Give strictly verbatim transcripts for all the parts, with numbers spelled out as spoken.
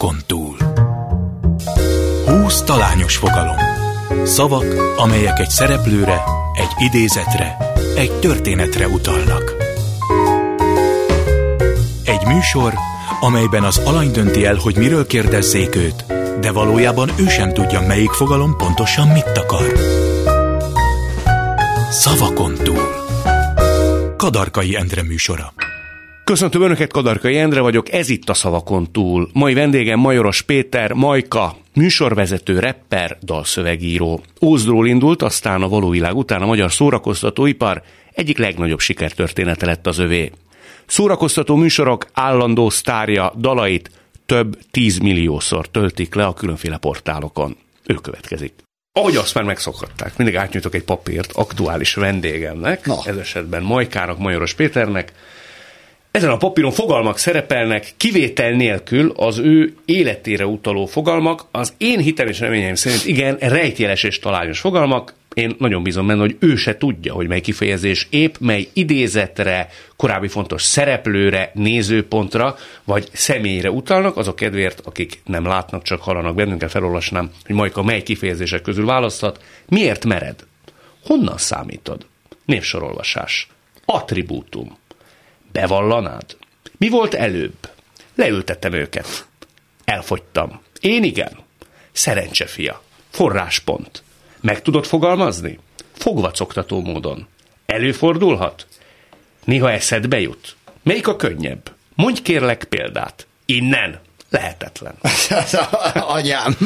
Szavakon túl. Húsz talányos fogalom. Szavak, amelyek egy szereplőre, egy idézetre, egy történetre utalnak. Egy műsor, amelyben az alany dönti el, hogy miről kérdezzék őt, de valójában ő sem tudja, melyik fogalom pontosan mit akar. Szavakon túl. Kadarkai Endre műsora. Köszöntöm Önöket, Kadarkai Endre vagyok, ez itt a Szavakon túl. Mai vendégem Majoros Péter, Majka, műsorvezető, rapper, dalszövegíró. Ózdról indult, aztán a való világ után a magyar szórakoztatóipar egyik legnagyobb sikertörténete lett az övé. Szórakoztató műsorok állandó sztárja dalait több tízmilliószor töltik le a különféle portálokon. Ő következik. Ahogy azt már megszokhatták, mindig átnyújtok egy papírt aktuális vendégemnek, no. Ez esetben Majkának, Majoros Péternek. Ezen a papíron fogalmak szerepelnek, kivétel nélkül az ő életére utaló fogalmak, az én hitem és reményeim szerint igen, rejtjeles és talányos fogalmak. Én nagyon bízom benne, hogy ő se tudja, hogy mely kifejezés épp, mely idézetre, korábbi fontos szereplőre, nézőpontra, vagy személyre utalnak, azok kedvéért, akik nem látnak, csak hallanak bennünket, felolvasnám, hogy Majka mely kifejezések közül választhat. Miért mered? Honnan számítod? Névsorolvasás. Attribútum. Bevallanád? Mi volt előbb? Leültettem őket. Elfogytam. Én igen. Szerencsefia. Forráspont. Meg tudod fogalmazni? Fogvacogtató módon. Előfordulhat? Néha eszedbe jut. Melyik a könnyebb? Mondj kérlek példát. Innen. Lehetetlen. Anyám.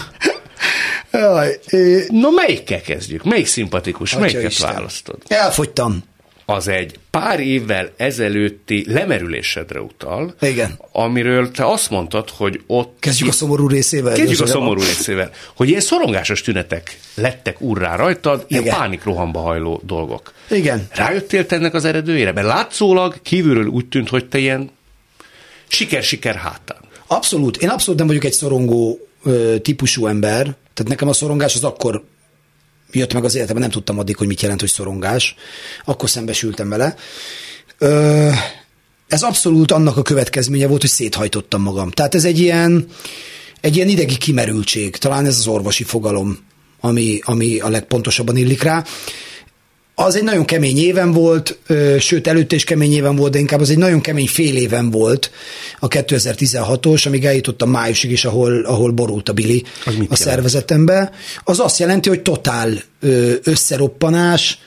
No, melyikkel kezdjük? Melyik szimpatikus? Atya Melyiket Isten. Választod? Elfogytam. Az egy pár évvel ezelőtti lemerülésedre utal, igen. Amiről te azt mondtad, hogy ott... Kezdjük a szomorú részével. Kezdjük a szomorú részével. Hogy ilyen szorongásos tünetek lettek urrá rajtad, ilyen igen. Pánikrohamba hajló dolgok. Igen. Rájöttél te ennek az eredőjére? Mert látszólag kívülről úgy tűnt, hogy te ilyen siker-siker hátán. Abszolút. Én abszolút nem vagyok egy szorongó ö, típusú ember. Tehát nekem a szorongás az akkor jött meg az életemben, nem tudtam addig, hogy mit jelent, hogy szorongás. Akkor szembesültem vele. Ö, ez abszolút annak a következménye volt, hogy széthajtottam magam. Tehát ez egy ilyen, egy ilyen idegi kimerültség. Talán ez az orvosi fogalom, ami, ami a legpontosabban illik rá. Az egy nagyon kemény éven volt, sőt előtte is kemény éven volt, de inkább az egy nagyon kemény fél éven volt a kétezer-tizenhatos, amíg eljutottam májusig is, ahol, ahol borult a bili a szervezetembe. Az azt jelenti, hogy totál összeroppanás,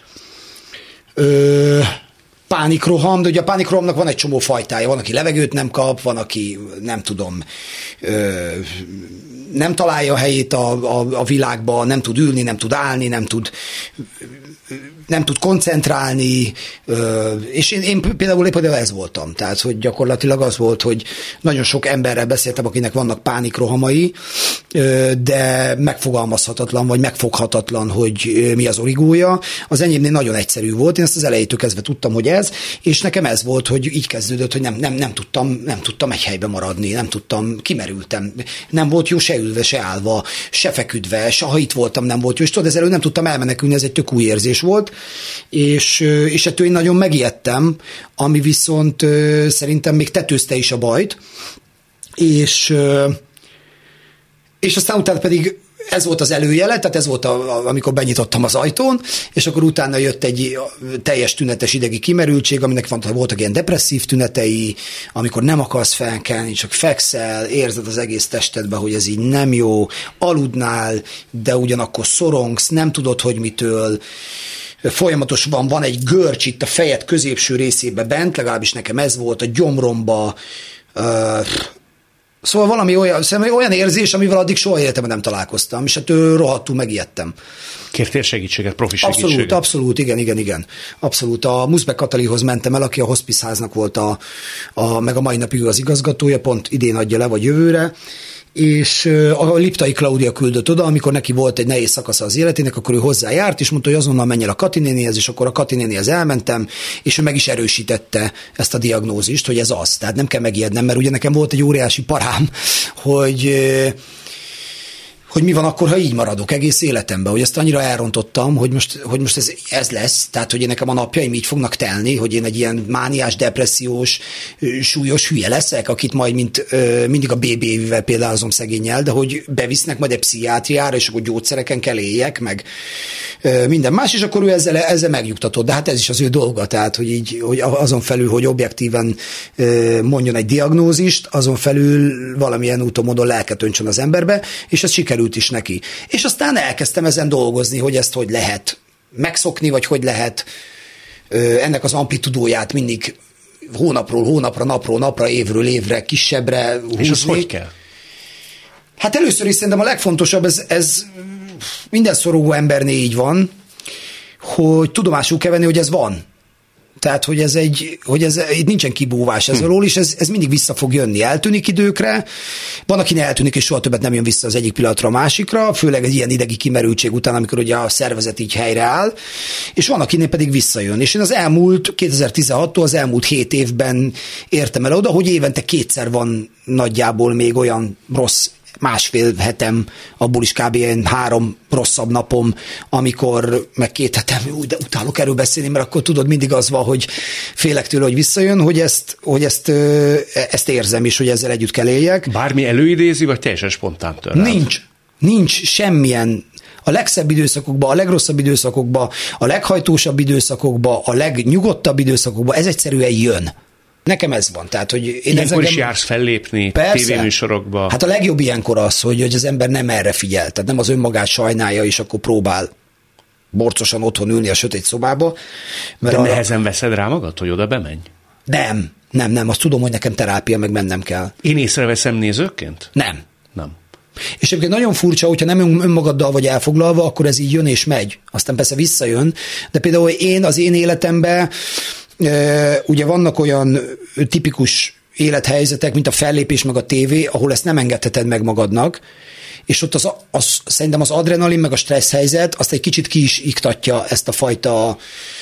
pánikroham, de ugye a pánikrohamnak van egy csomó fajtája. Van, aki levegőt nem kap, van, aki nem tudom, nem találja a helyét a, a, a világban, nem tud ülni, nem tud állni, nem tud nem tud koncentrálni, és én, én például épp ez voltam. Tehát, hogy gyakorlatilag az volt, hogy nagyon sok emberrel beszéltem, akinek vannak pánikrohamai, de megfogalmazhatatlan, vagy megfoghatatlan, hogy mi az origója. Az enyémnél nagyon egyszerű volt, én ezt az elejétől kezdve tudtam, hogy ez, és nekem ez volt, hogy így kezdődött, hogy nem, nem, nem, tudtam, nem tudtam egy helyben maradni, nem tudtam, kimerültem. Nem volt jó se ülve, se állva, se feküdve, se ha itt voltam, nem volt jó, és tudod, ezzel nem tudtam elmenekülni, ez egy tök új érzés volt, és, és ettől én nagyon megijedtem, ami viszont szerintem még tetőzte is a bajt, és, és aztán utána pedig ez volt az előjele, tehát ez volt, a, amikor benyitottam az ajtón, és akkor utána jött egy teljes tünetes idegi kimerültség, aminek voltak ilyen depresszív tünetei, amikor nem akarsz felkelni, csak fekszel, érzed az egész testedben, hogy ez így nem jó, aludnál, de ugyanakkor szorongsz, nem tudod, hogy mitől, folyamatosan van, van egy görcs itt a fejed középső részébe bent, legalábbis nekem ez volt, a gyomromba, uh, szóval valami olyan, olyan érzés, amivel addig soha életemben nem találkoztam, és ettől rohadtul megijedtem. Kértél segítséget, profi segítséget? Abszolút, abszolút, igen, igen, igen. Abszolút. A Muszbek Katalihoz mentem el, aki a Hospice háznak volt a, a, meg a mai napig az igazgatója, pont idén adja le, vagy jövőre, és a Liptai Klaudia küldött oda, amikor neki volt egy nehéz szakasza az életének, akkor ő hozzájárt, és mondta, hogy azonnal menj el a Kati nénihez, és akkor a Kati nénihez elmentem, és ő meg is erősítette ezt a diagnózist, hogy ez az. Tehát nem kell megijednem, mert ugye nekem volt egy óriási parám, hogy hogy mi van akkor, ha így maradok egész életemben, hogy ezt annyira elrontottam, hogy most, hogy most ez, ez lesz, tehát hogy nekem a napjaim így fognak telni, hogy én egy ilyen mániás, depressziós, súlyos hülye leszek, akit majd mint, mindig a bé bé-vel példálozom szegénnyel, de hogy bevisznek majd egy pszichiátriára, és akkor gyógyszereken kell éljek, meg minden más, és akkor ő ezzel, ezzel megnyugtatott, de hát ez is az ő dolga, tehát hogy így, hogy azon felül, hogy objektíven mondjon egy diagnózist, azon felül valamilyen úton, módon lelket öntsön az emberbe, és ez sikerült is neki. És aztán elkezdtem ezen dolgozni, hogy ezt hogy lehet megszokni, vagy hogy lehet ennek az amplitudóját mindig hónapról hónapra, napról napra, évről évre, kisebbre húzni. És az hogy kell? Hát először is szerintem a legfontosabb, ez, ez minden szorongó embernél így van, hogy tudomásul kell venni, hogy ez van. Tehát, hogy ez egy, hogy ez, itt nincsen kibúvás ez alól, és ez, ez mindig vissza fog jönni. Eltűnik időkre, van, akinek eltűnik, és soha többet nem jön vissza az egyik pillanatra a másikra, főleg egy ilyen idegi kimerültség után, amikor ugye a szervezet így helyreáll, és van, akinek pedig visszajön. És én az elmúlt, kétezer-tizenhattól az elmúlt hét évben értem el oda, hogy évente kétszer van nagyjából még olyan rossz másfél hetem, abból is kb. Három rosszabb napom, amikor meg két hetem, úgy, de utálok erről beszélni, mert akkor tudod, mindig az van, hogy félek tőle, hogy visszajön, hogy ezt, hogy ezt, ezt érzem is, hogy ezzel együtt kell éljek. Bármi előidézi, vagy teljesen spontán tőle? Nincs. Nincs semmilyen. A legszebb időszakokban, a legrosszabb időszakokban, a leghajtósabb időszakokban, a legnyugodtabb időszakokban, ez egyszerűen jön. Nekem ez van. Tehát, hogy én ilyenkor ezeken... is jársz fellépni tévéműsorokba. Hát a legjobb ilyenkor az, hogy, hogy az ember nem erre figyel, tehát nem az önmagát sajnálja, és akkor próbál borcosan otthon ülni a sötét szobába. Mert De arra... nehezen veszed rá magad, hogy oda bemenj? Nem, nem, nem. Azt tudom, hogy nekem terápia, meg mennem kell. Én észreveszem nézőként? Nem. Nem. És egyébként nagyon furcsa, hogyha nem önmagaddal vagy elfoglalva, akkor ez így jön és megy. Aztán persze visszajön, de például én az én életemben ugye vannak olyan tipikus élethelyzetek, mint a fellépés meg a tévé, ahol ezt nem engedheted meg magadnak, és ott az, az, szerintem az adrenalin meg a stressz helyzet azt egy kicsit ki is iktatja ezt a fajta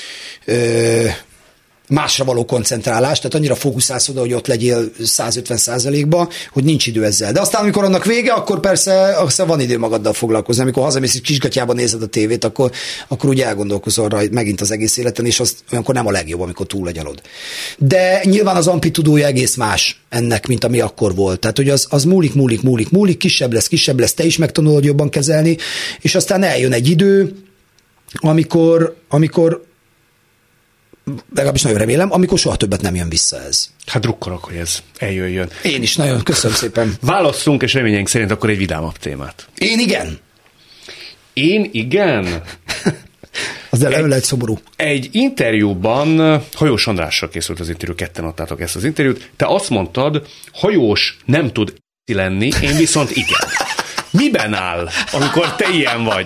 ö, másra való koncentrálást, tehát annyira fókuszálsz oda, hogy ott legyél százötven százalékba, hogy nincs idő ezzel. De aztán, amikor annak vége, akkor persze aztán van idő magaddal foglalkozni. Amikor hazamész, és kisgatyában nézed a tévét, akkor, akkor úgy elgondolkozol rá megint az egész életen, és az olyankor nem a legjobb, amikor túlagyalod. De nyilván az amplitudója egész más ennek, mint ami akkor volt. Tehát, hogy az, az múlik, múlik, múlik, múlik, kisebb lesz, kisebb lesz, te is megtanulod jobban kezelni, és aztán eljön egy idő, amikor, amikor legalábbis nagyon remélem, amikor soha többet nem jön vissza ez. Hát drukkolok, hogy ez eljöjjön. Én is nagyon, köszönöm szépen. Válasszunk, és reményeink szerint akkor egy vidámabb témát. Én igen. Én igen? Az elő lehet szomorú. Egy interjúban, Hajós Andrással készült az interjú, ketten adtátok ezt az interjút, te azt mondtad, Hajós nem tud lenni, én viszont igen. Miben áll, amikor te ilyen vagy?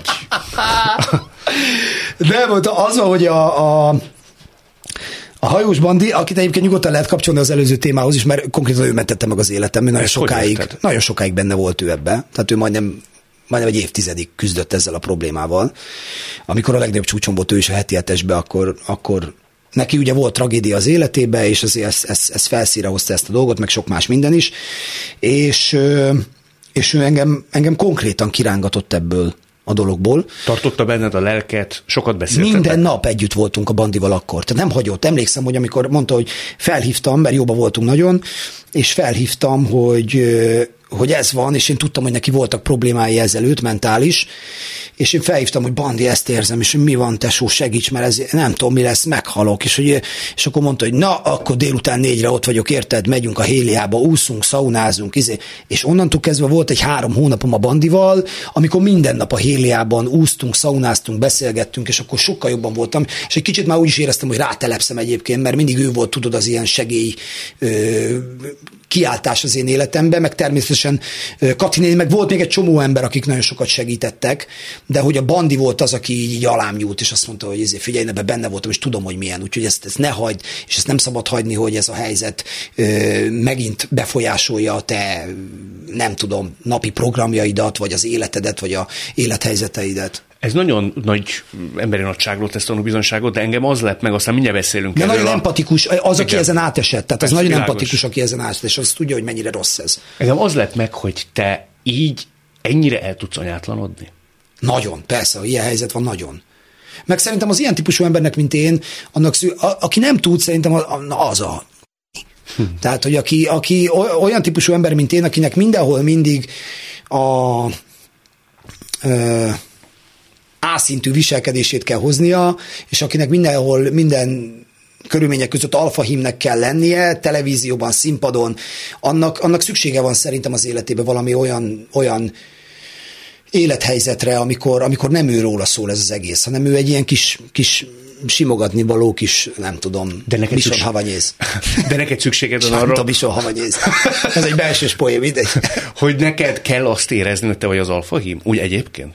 Nem, az van, hogy a, a A Hajós Bandi, akit egyébként nyugodtan lehet kapcsolni az előző témához is, mert konkrétan ő mentette meg az életem, nagyon sokáig, nagyon sokáig benne volt ő ebbe. Tehát ő majdnem, majdnem egy évtizedig küzdött ezzel a problémával. Amikor a legnagyobb csúcson volt ő is a heti hetesbe, akkor, akkor neki ugye volt tragédia az életébe, és azért ez, ez, ez felszínre hozta ezt a dolgot, meg sok más minden is. És, és ő engem, engem konkrétan kirángatott ebből a dologból. Tartotta benned a lelket, sokat beszéltetek? Minden nap együtt voltunk a Bandival akkor. Tehát nem hagyott. Emlékszem, hogy amikor mondta, hogy felhívtam, mert jóba voltunk nagyon, és felhívtam, hogy, hogy ez van, és én tudtam, hogy neki voltak problémái ezelőtt, mentális, és én felhívtam, hogy Bandi, ezt érzem, és hogy mi van, tesó, segíts, mert ez nem tudom, mi lesz, meghalok. És, hogy, és akkor mondta, hogy na, akkor délután négyre ott vagyok, érted, megyünk a Héliába, úszunk, szaunázunk, izé. És onnantól kezdve volt egy három hónapom a Bandival, amikor minden nap a Héliában úsztunk, szaunáztunk, beszélgettünk, és akkor sokkal jobban voltam, és egy kicsit már úgy is éreztem, hogy rátelepszem egyébként, mert mindig ő volt, tudod, az ilyen segély ö, kiáltás az én életemben, meg természetesen Kati néni, meg volt még egy csomó ember, akik nagyon sokat segítettek, de hogy a Bandi volt az, aki így, így alám nyúlt, és azt mondta, hogy figyelj, ebben benne voltam, és tudom, hogy milyen, úgyhogy ezt, ezt ne hagyd, és ezt nem szabad hagyni, hogy ez a helyzet ö, megint befolyásolja a te, nem tudom, napi programjaidat, vagy az életedet, vagy a élethelyzeteidet. Ez nagyon nagy emberi nagyságról tesz tanúbizonyságot, de engem az lett meg, aztán mindjárt beszélünk de erről. nagyon a... empatikus, az, igen. Aki ezen átesett. Tehát az nagyon világos. empatikus, aki ezen átesett, és az tudja, hogy mennyire rossz ez. Engem az lett meg, hogy te így Ennyire el tudsz anyátlanodni? Nagyon, persze, ilyen helyzet van, nagyon. Meg szerintem az ilyen típusú embernek, mint én, annak szü- a, aki nem tud, szerintem az a... Hm. Tehát, hogy aki, aki olyan típusú ember, mint én, akinek mindenhol mindig a ö, A-szintű viselkedését kell hoznia, és akinek mindenhol, minden körülmények között alfahímnek kell lennie, televízióban, színpadon, annak, annak szüksége van szerintem az életében valami olyan, olyan élethelyzetre, amikor, amikor nem ő róla szól ez az egész, hanem ő egy ilyen kis, kis simogatni való kis, nem tudom, bison szükség... havanyéz. De neked szükséged van arra... Sánta bison havanyéz. Ez egy belsős poén, mindegy. Hogy neked kell azt érezni, hogy te vagy az alfahím? Úgy egyébként?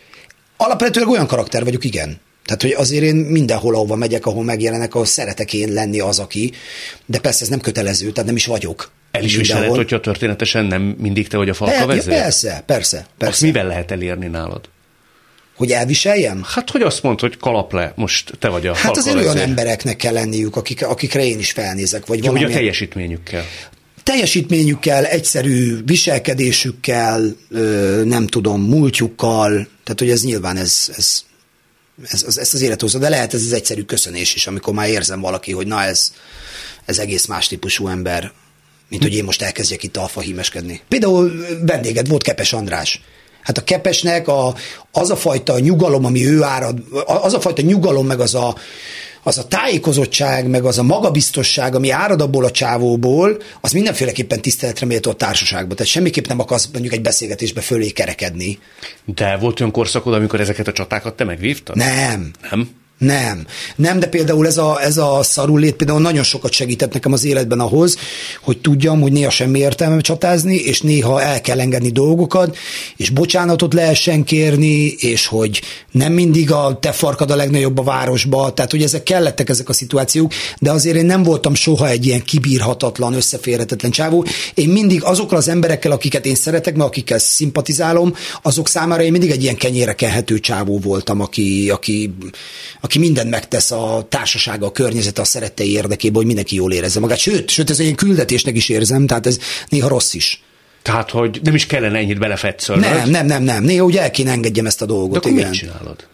Alapvetően olyan karakter vagyok, igen. Tehát, hogy azért én mindenhol, ahova megyek, ahol megjelenek, ahol szeretek én lenni az, aki, de persze ez nem kötelező, tehát nem is vagyok. El is viseled, hogyha történetesen nem mindig te vagy a falka vezér? Persze, persze, persze. Azt mivel lehet elérni nálad? Hogy elviseljem? Hát, hogy azt mondod, hogy kalap le, most te vagy a hát falka azért vezér. olyan embereknek kell lenniük, akik, akikre én is felnézek. Vagy ja, hogy a teljesítményükkel. Teljesítményükkel, egyszerű viselkedésükkel, nem tudom, múltjukkal, tehát hogy ez nyilván ez... ez Ez, ez, ezt az élet hozza, de lehet ez az egyszerű köszönés is, amikor már érzem valaki, hogy na ez, ez egész más típusú ember, mint hogy én most elkezdjek itt alfahímeskedni. Például vendéged volt Kepes András. Hát a Kepesnek a, az a fajta nyugalom, ami ő árad, az a fajta nyugalom, meg az a, az a tájékozottság, meg az a magabiztosság, ami árad abból a csávóból, az mindenféleképpen tiszteletre méltó a társaságban. Tehát semmiképp nem akarsz mondjuk egy beszélgetésbe fölé kerekedni. De volt olyan korszakod, amikor ezeket a csatákat te megvívtad? Nem. Nem? Nem. Nem, de például ez a, ez a szarulét például nagyon sokat segített nekem az életben ahhoz, hogy tudjam, hogy néha semmi értelme csatázni, és néha el kell engedni dolgokat, és bocsánatot lehessen kérni, és hogy nem mindig a te farkad a legnagyobb a városba, tehát hogy ezek kellettek ezek a szituációk, de azért én nem voltam soha egy ilyen kibírhatatlan, összeférhetetlen csávó. Én mindig azokkal az emberekkel, akiket én szeretek, mert akikkel szimpatizálom, azok számára én mindig egy ilyen kenyére kenhető csávó voltam, aki, aki aki mindent megtesz a társasága, a környezete, a szerettei érdekében, hogy mindenki jól érezze magát. Sőt, sőt, ez egy küldetésnek is érzem, tehát ez néha rossz is. Tehát, hogy nem is kellene ennyit belefetszölnöd? Nem, nem, nem, nem. Néha úgy el kéne engedjem ezt a dolgot. De akkor igen. mit csinálod?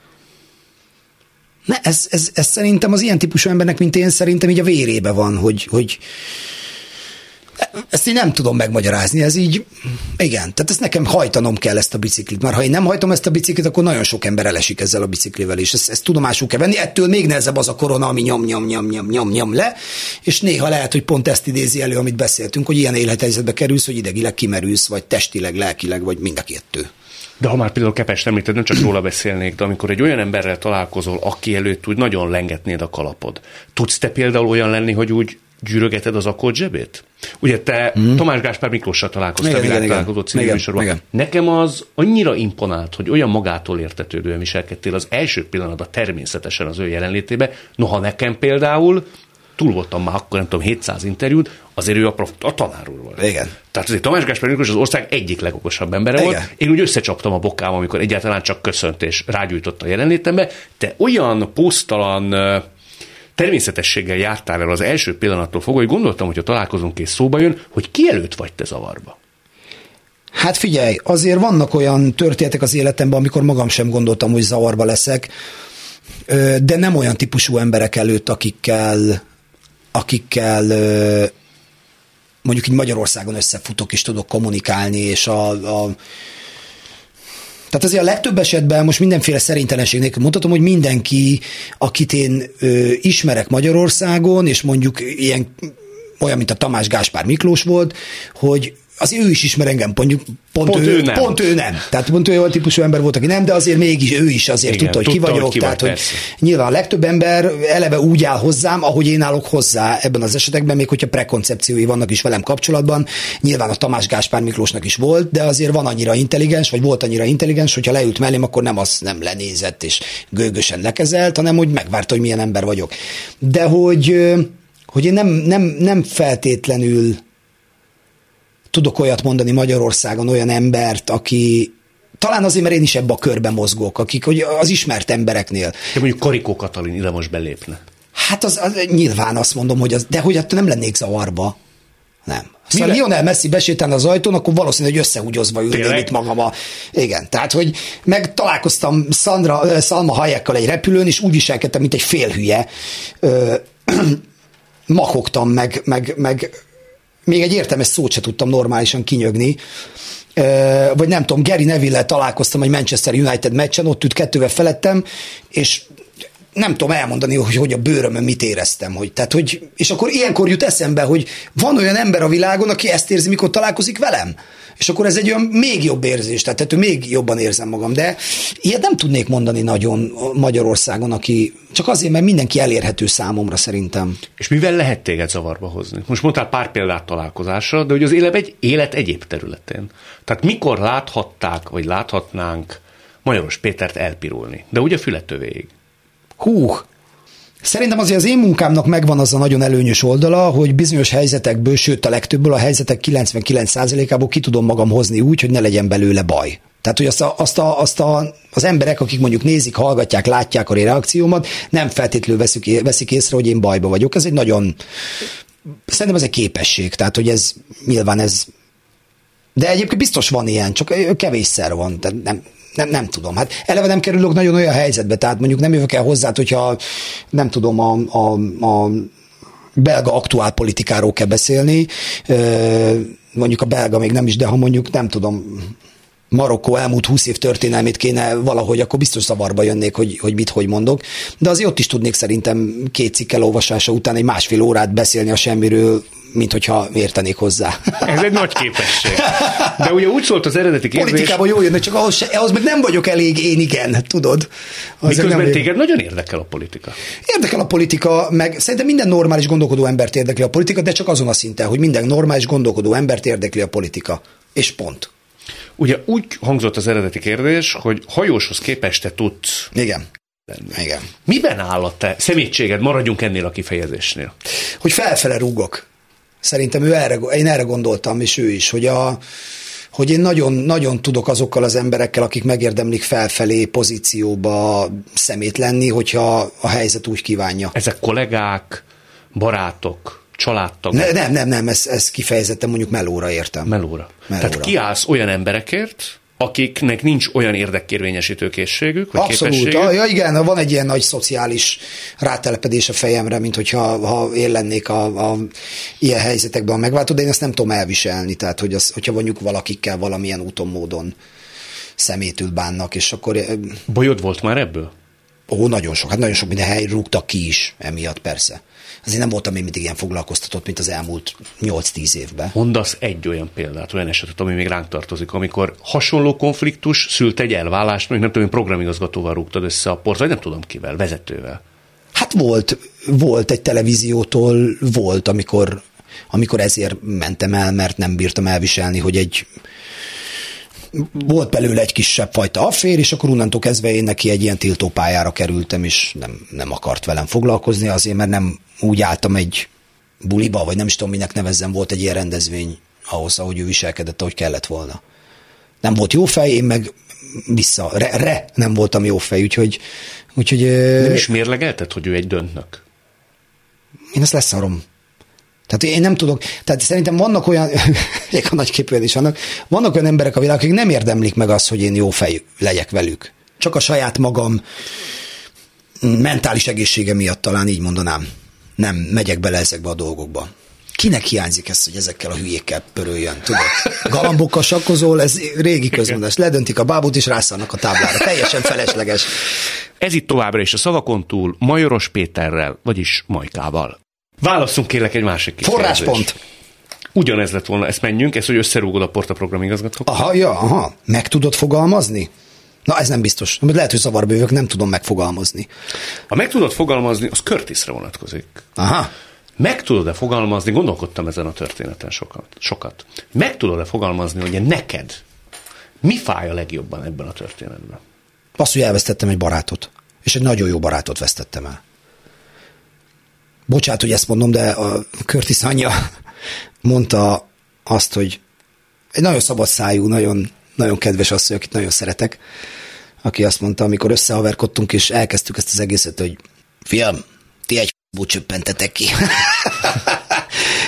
Ne, ez, ez, ez szerintem az ilyen típusú embernek, mint én, szerintem így a vérébe van, hogy, hogy ezt én nem tudom megmagyarázni, ez így, igen, tehát ezt nekem hajtanom kell ezt a biciklit, mert ha én nem hajtom ezt a biciklit, akkor nagyon sok ember elesik ezzel a biciklivel, és ezt, ezt tudomásul kell venni, ettől még nehezebb az a korona, ami nyom, nyom, nyom, nyom, nyom, nyom le, és néha lehet, hogy pont ezt idézi elő, amit beszéltünk, hogy ilyen élethelyzetbe kerülsz, hogy idegileg kimerülsz, vagy testileg, lelkileg, vagy mind a kettő. De ha már például Kepest említed, nem csak róla beszélnék, de amikor egy olyan emberrel találkozol, aki előtt úgy nagyon lengetnéd a kalapod, tudsz te például olyan lenni, hogy úgy gyűrögeted az akkord zsebét? Ugye te hmm. Tamás Gáspár Miklóssal találkoztál, Világtalálkozó című műsorban. Nekem az annyira imponált, hogy olyan magától értetődően viselkedtél az első pillanatban természetesen az ő jelenlétében. Noha nekem például túl voltam már akkor, nem tudom, hétszáz interjút, azért ő a, prof, a tanár úr volt. Igen. Tehát azért Tamás Gáspár Miklós az ország egyik legokosabb embere Igen. volt. Én úgy összecsaptam a bokám, amikor egyáltalán csak köszönt és rágyújtott a jelenlétembe. Te olyan posztalan természetességgel jártál el az első pillanattól fogva, hogy gondoltam, hogy ha találkozunk és szóba jön, hogy ki előtt vagy te zavarba? Hát figyelj, azért vannak olyan történetek az életemben, amikor magam sem gondoltam, hogy zavarba leszek, de nem olyan típusú emberek előtt, akikkel, akikkel mondjuk így Magyarországon összefutok és tudok kommunikálni, és a, a Tehát azért a legtöbb esetben most mindenféle szerintelenség nélkül mondhatom, hogy mindenki, akit én ö, ismerek Magyarországon, és mondjuk ilyen olyan, mint a Tamás Gáspár Miklós volt, hogy azért ő is ismer engem, mondjuk pont, pont, ő, ő nem. pont ő nem. Tehát pont ő olyan típusú ember volt, aki nem, de azért mégis ő is azért Igen, tudta, hogy tudta, ki vagyok. Hogy ki tehát, vagy, hogy nyilván a legtöbb ember eleve úgy áll hozzám, ahogy én állok hozzá ebben az esetekben, még hogyha prekoncepciói vannak is velem kapcsolatban. Nyilván a Tamás Gáspár Miklósnak is volt, de azért van annyira intelligens, vagy volt annyira intelligens, hogyha leült mellém, akkor nem az nem lenézett és gőgösen lekezelt, hanem hogy megvárta, hogy milyen ember vagyok. De hogy, hogy én nem, nem, nem feltétlenül tudok olyat mondani Magyarországon, olyan embert, aki talán azért, mert én is ebbe a körben mozgok, akik hogy az ismert embereknél. De mondjuk Karikó Katalin ide most belépne. Hát az, az nyilván azt mondom, hogy az, de hogy attól nem lennék zavarba. Nem. Szóval Lionel Messi besétálna az ajtón, akkor valószínűleg összehúgyozva ülném itt magam a... Igen, tehát, hogy meg találkoztam Sandra, Salma Hayekkal egy repülőn, és úgy viselkedtem, mint egy félhülye. Ö, makogtam, meg, meg, meg még egy értelmes szót se tudtam normálisan kinyögni. Ö, vagy nem tudom, Gary Neville-lel találkoztam egy Manchester United meccsen, ott ült kettővel felettem, és nem tudom elmondani, hogy, hogy a bőrömön mit éreztem. Hogy, tehát, hogy, és akkor ilyenkor jut eszembe, hogy van olyan ember a világon, aki ezt érzi, mikor találkozik velem. És akkor ez egy olyan még jobb érzés, tehát ettől még jobban érzem magam. De ilyet nem tudnék mondani nagyon Magyarországon, aki csak azért, mert mindenki elérhető számomra szerintem. És mivel lehet téged zavarba hozni? Most mondtál pár példát találkozásra, de hogy az élet, egy, élet egyéb területén. Tehát mikor láthatták, vagy láthatnánk Majoros Pétert elpirulni? De ugye fületövéig. Hú, szerintem azért az én munkámnak megvan az a nagyon előnyös oldala, hogy bizonyos helyzetekből, sőt a legtöbbből, a helyzetek kilencvenkilenc százalékából ki tudom magam hozni úgy, hogy ne legyen belőle baj. Tehát, hogy azt, a, azt, a, azt a, az emberek, akik mondjuk nézik, hallgatják, látják a reakciómat, nem feltétlenül veszik, veszik észre, hogy én bajba vagyok. Ez egy nagyon, szerintem ez egy képesség, tehát, hogy ez nyilván ez, de egyébként biztos van ilyen, csak kevésszer van, tehát nem, Nem, nem tudom. Hát eleve nem kerülök nagyon olyan helyzetbe, tehát mondjuk nem jövök el hozzá, hogyha nem tudom, a, a, a belga aktuál politikáról kell beszélni, mondjuk a belga még nem is, de ha mondjuk nem tudom, Marokkó elmúlt húsz év történelmét kéne valahogy, akkor biztos zavarba jönnék, hogy, hogy mit, hogy mondok. De azért ott is tudnék szerintem két cikk elolvasása után egy másfél órát beszélni a semmiről, mint hogyha értenék hozzá. Ez egy nagy képesség. De ugye úgy szólt az eredeti kérdés... Politikában jól jönne, csak ahhoz, se, ahhoz meg nem vagyok elég én igen, tudod? Az miközben nem téged nagyon érdekel a politika. Érdekel a politika, meg szerintem minden normális gondolkodó embert érdekli a politika, de csak azon a szinten, hogy minden normális gondolkodó embert érdekli a politika. És pont. Ugye úgy hangzott az eredeti kérdés, hogy hajóshoz képest te tudsz... Igen. Igen. Miben áll a te szemétséged? Maradjunk ennél a kifejezésnél. Hogy felfele rúgok. Szerintem ő erre, én erre gondoltam, és ő is, hogy, a, hogy én nagyon, nagyon tudok azokkal az emberekkel, akik megérdemlik felfelé pozícióba szemét lenni, hogyha a helyzet úgy kívánja. Ezek kollégák, barátok, családtagok? Ne, nem, nem, nem, ezt ez kifejezetten mondjuk melóra értem. Melóra. melóra. Tehát kiállsz olyan emberekért, akiknek nincs olyan érdekkérvényesítő készségük, vagy abszolút. képességük. Ja, igen, van egy ilyen nagy szociális rátelepedés a fejemre, mint hogyha ha én lennék a, a ilyen helyzetekben a megváltó, de én ezt nem tudom elviselni, tehát hogy az, hogyha mondjuk valakikkel valamilyen úton, módon szemétül bánnak, és akkor... Bajod volt már ebből? Ó, nagyon sok, hát nagyon sok minden hely rúgtak ki is emiatt, persze. Azért nem voltam én mindig ilyen foglalkoztatott, mint az elmúlt nyolc-tíz évben. Mondasz egy olyan példát, olyan esetet, ami még ránk tartozik, amikor hasonló konfliktus szült egy elválást, mondjuk nem tudom, programigazgatóval rúgtad össze a port, vagy nem tudom kivel, vezetővel. Hát volt, volt egy televíziótól, volt, amikor, amikor ezért mentem el, mert nem bírtam elviselni, hogy egy volt belőle egy kisebb fajta affér, és akkor onnantól kezdve én neki egy ilyen tiltópályára kerültem, és nem, nem akart velem foglalkozni, azért, mert nem úgy álltam egy buliba, vagy nem is tudom, minek nevezzem, volt egy ilyen rendezvény ahhoz, ahogy ő viselkedett, ahogy kellett volna. Nem volt jó fej, én meg vissza, re, re nem voltam jó fej, úgyhogy... úgyhogy nem is mérlegelted, hogy ő egy döntnök? Én ezt leszarom. Tehát én nem tudok, tehát szerintem vannak olyan, még a nagy képűen is vannak, vannak olyan emberek a világ, akik nem érdemlik meg azt, hogy én jó fej legyek velük. Csak a saját magam mentális egészsége miatt talán így mondanám. Nem megyek bele ezekbe a dolgokba. Kinek hiányzik ez, hogy ezekkel a hülyékkel pöröljön, tudod? Galambokkal sakkozol, ez régi közmondás. Ledöntik a bábút, és rászarnak a táblára. Teljesen felesleges. Ez itt továbbra is a szavakon túl Majoros Péterrel, vagyis Majkával. Válasszunk kérlek egy másik kifejezést. Forráspont. Ugyanez lett volna, ezt menjünk, ez, hogy összerúgod a Porta programigazgatót. Aha, ja, aha. Meg tudod fogalmazni? Na, ez nem biztos. Lehet, hogy zavarba jövök, nem tudom megfogalmazni. Ha meg tudod fogalmazni, az Curtisre vonatkozik. Aha. Meg tudod-e fogalmazni, gondolkodtam ezen a történeten sokat, sokat. Meg tudod-e fogalmazni, hogy neked mi fáj a legjobban ebben a történetben? Azt, hogy elvesztettem egy barátot. És egy nagyon jó barátot vesztettem el. Bocsánat, hogy ezt mondom, de a Curtis anyja mondta azt, hogy egy nagyon szabad szájú, nagyon, nagyon kedves asszony, akit nagyon szeretek, aki azt mondta, amikor összehaverkodtunk, és elkezdtük ezt az egészet, hogy fiam, ti egy f***ból csöppentetek ki.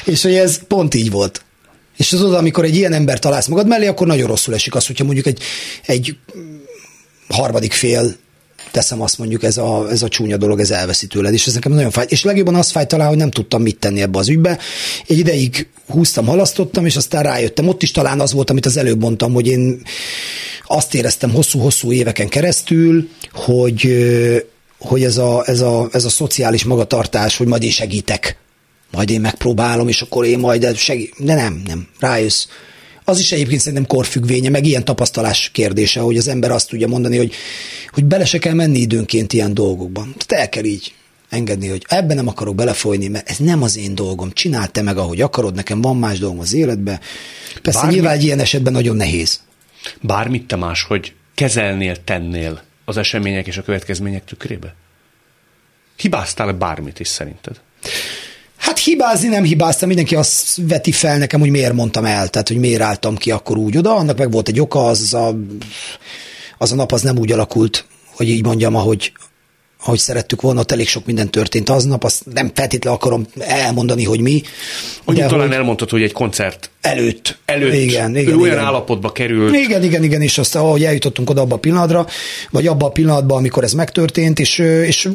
És hogy ez pont így volt. És tudod, amikor egy ilyen ember találsz magad mellé, akkor nagyon rosszul esik az, hogyha mondjuk egy, egy harmadik fél, teszem azt mondjuk, ez a, ez a csúnya dolog, ez elveszi tőled, és ez nekem nagyon fájt. És legjobban az fájt talán, hogy nem tudtam mit tenni ebbe az ügybe. Egy ideig húztam, halasztottam, és aztán rájöttem. Ott is talán az volt, amit az előbb mondtam, hogy én azt éreztem hosszú-hosszú éveken keresztül, hogy, hogy ez, a, ez, a, ez a szociális magatartás, hogy majd én segítek, majd én megpróbálom, és akkor én majd segít. De nem, nem, rájössz. Az is egyébként szerintem korfüggvénye, meg ilyen tapasztalás kérdése, hogy az ember azt tudja mondani, hogy, hogy bele se kell menni időnként ilyen dolgokban. Tehát el kell így engedni, hogy ebben nem akarok belefolyni, mert ez nem az én dolgom. Csináld te meg, ahogy akarod, nekem van más dolgom az életben. Persze Bármi... nyilván egy ilyen esetben nagyon nehéz. Bármit te más, hogy kezelnél, tennél az események és a következmények tükrébe? Hibáztál bármit is szerinted? Hát hibázni nem hibáztam, mindenki azt veti fel nekem, hogy miért mondtam el, tehát hogy miért álltam ki akkor úgy oda, annak meg volt egy oka, az a, az a nap az nem úgy alakult, hogy így mondjam, ahogy, ahogy szerettük volna, ott elég sok minden történt aznap, azt nem feltétlenül akarom elmondani, hogy mi. Mondjuk talán hogy elmondtad, hogy egy koncert előtt. Előtt. Igen, igen, ő olyan igen. állapotba került. Igen, igen, igen, és aztán ahogy eljutottunk oda abba a pillanatra, vagy abba a pillanatban, amikor ez megtörtént, és, és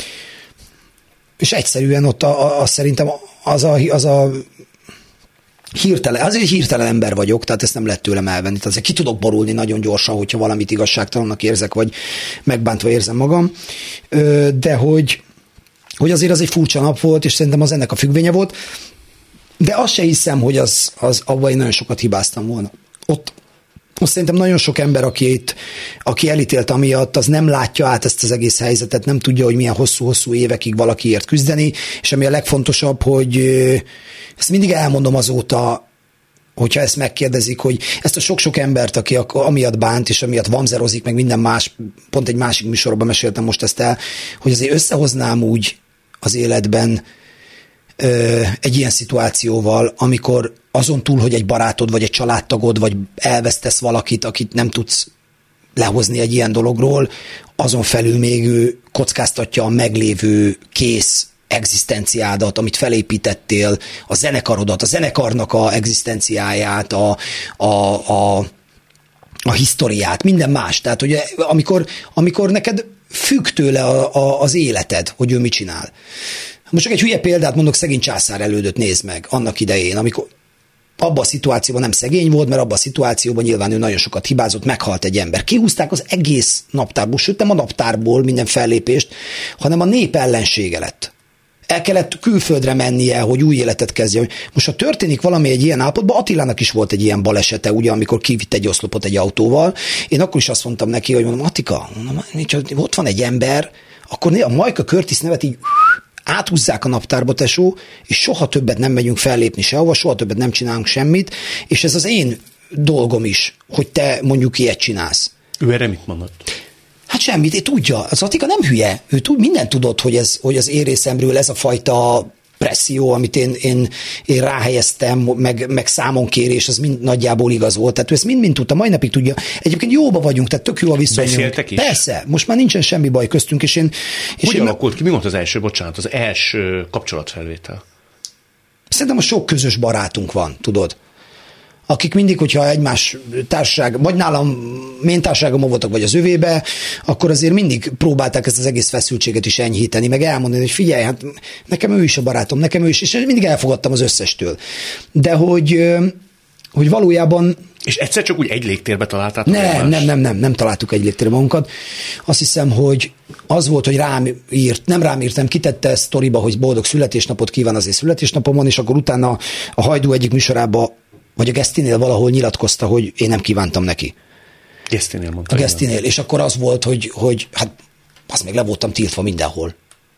És egyszerűen ott a, a, a, szerintem az a, az a hirtelen, azért hirtelen ember vagyok, tehát ezt nem lehet tőlem elvenni. Tehát ki tudok borulni nagyon gyorsan, hogyha valamit igazságtalannak érzek, vagy megbántva érzem magam. De hogy, hogy azért az egy furcsa nap volt, és szerintem az ennek a függvénye volt. De azt se hiszem, hogy az, az abban én nagyon sokat hibáztam volna. Ott Most szerintem nagyon sok ember, aki, itt, aki elítélt amiatt, az nem látja át ezt az egész helyzetet, nem tudja, hogy milyen hosszú-hosszú évekig valakiért küzdeni, és ami a legfontosabb, hogy ezt mindig elmondom azóta, hogyha ezt megkérdezik, hogy ezt a sok-sok embert, aki amiatt bánt, és amiatt vamzerozik, meg minden más, pont egy másik műsorban meséltem most ezt el, hogy azért összehoznám úgy az életben ö, egy ilyen szituációval, amikor azon túl, hogy egy barátod, vagy egy családtagod, vagy elvesztesz valakit, akit nem tudsz lehozni egy ilyen dologról, azon felül még ő kockáztatja a meglévő kész egzisztenciádat, amit felépítettél, a zenekarodat, a zenekarnak a egzisztenciáját, a, a, a, a historiát, minden más. Tehát, hogy amikor, amikor neked függ tőle a, a, az életed, hogy ő mit csinál. Most csak egy hülye példát mondok, szegény Császár Elődöt nézd meg annak idején, amikor abban a szituációban nem szegény volt, mert abban a szituációban nyilván ő nagyon sokat hibázott, meghalt egy ember. Kihúzták az egész naptárból, sőt nem a naptárból minden fellépést, hanem a nép ellensége lett. El kellett külföldre mennie, hogy új életet kezdjen. Most ha történik valami egy ilyen állapotban, Attilának is volt egy ilyen balesete, ugye, amikor kivitt egy oszlopot egy autóval, én akkor is azt mondtam neki, hogy mondom, Attika, mondom, ott van egy ember, akkor a Majka Curtis nevet így áthúzzák a naptárba, tesó, és soha többet nem megyünk fellépni sehova, soha többet nem csinálunk semmit, és ez az én dolgom is, hogy te mondjuk ilyet csinálsz. Ő erre mit mondott? Hát semmit, ő tudja. Az Attika nem hülye. Ő tud, mindent tudott, hogy, ez, hogy az én részemről ez a fajta presszió, amit én, én, én ráhelyeztem, meg, meg számonkérés, az mind nagyjából igaz volt. Tehát ő ezt mind-mind tudta, mai napig tudja. Egyébként jóba vagyunk, tehát tök jó a viszonyunk. Beszéltek is? Persze, most már nincsen semmi baj köztünk, és én... És hogy én alakult ki? Mi volt az első, bocsánat, az első kapcsolatfelvétel? Szerintem a sok közös barátunk van, tudod. Akik mindig, hogyha egymás társaság, vagy nálam én társaságomban voltak, vagy az övébe, akkor azért mindig próbálták ezt az egész feszültséget is enyhíteni, meg elmondani, hogy figyelj, hát nekem ő is a barátom, nekem ő is, és mindig elfogadtam az összestől. De hogy, hogy valójában... És egyszer csak úgy egy légtérbe találtátok? Nem, nem, nem, nem, nem találtuk egy légtérbe magunkat. Azt hiszem, hogy az volt, hogy rám írt, nem rám írtam, kitette sztoriba, hogy boldog születésnapot kíván az én születésnapomon, és akkor utána a Hajdú egyik műsorába, vagy a Gesztinél valahol nyilatkozta, hogy én nem kívántam neki. Gesztinél mondta. A Gesztinél, és akkor az volt, hogy, hogy hát az még le voltam tiltva mindenhol.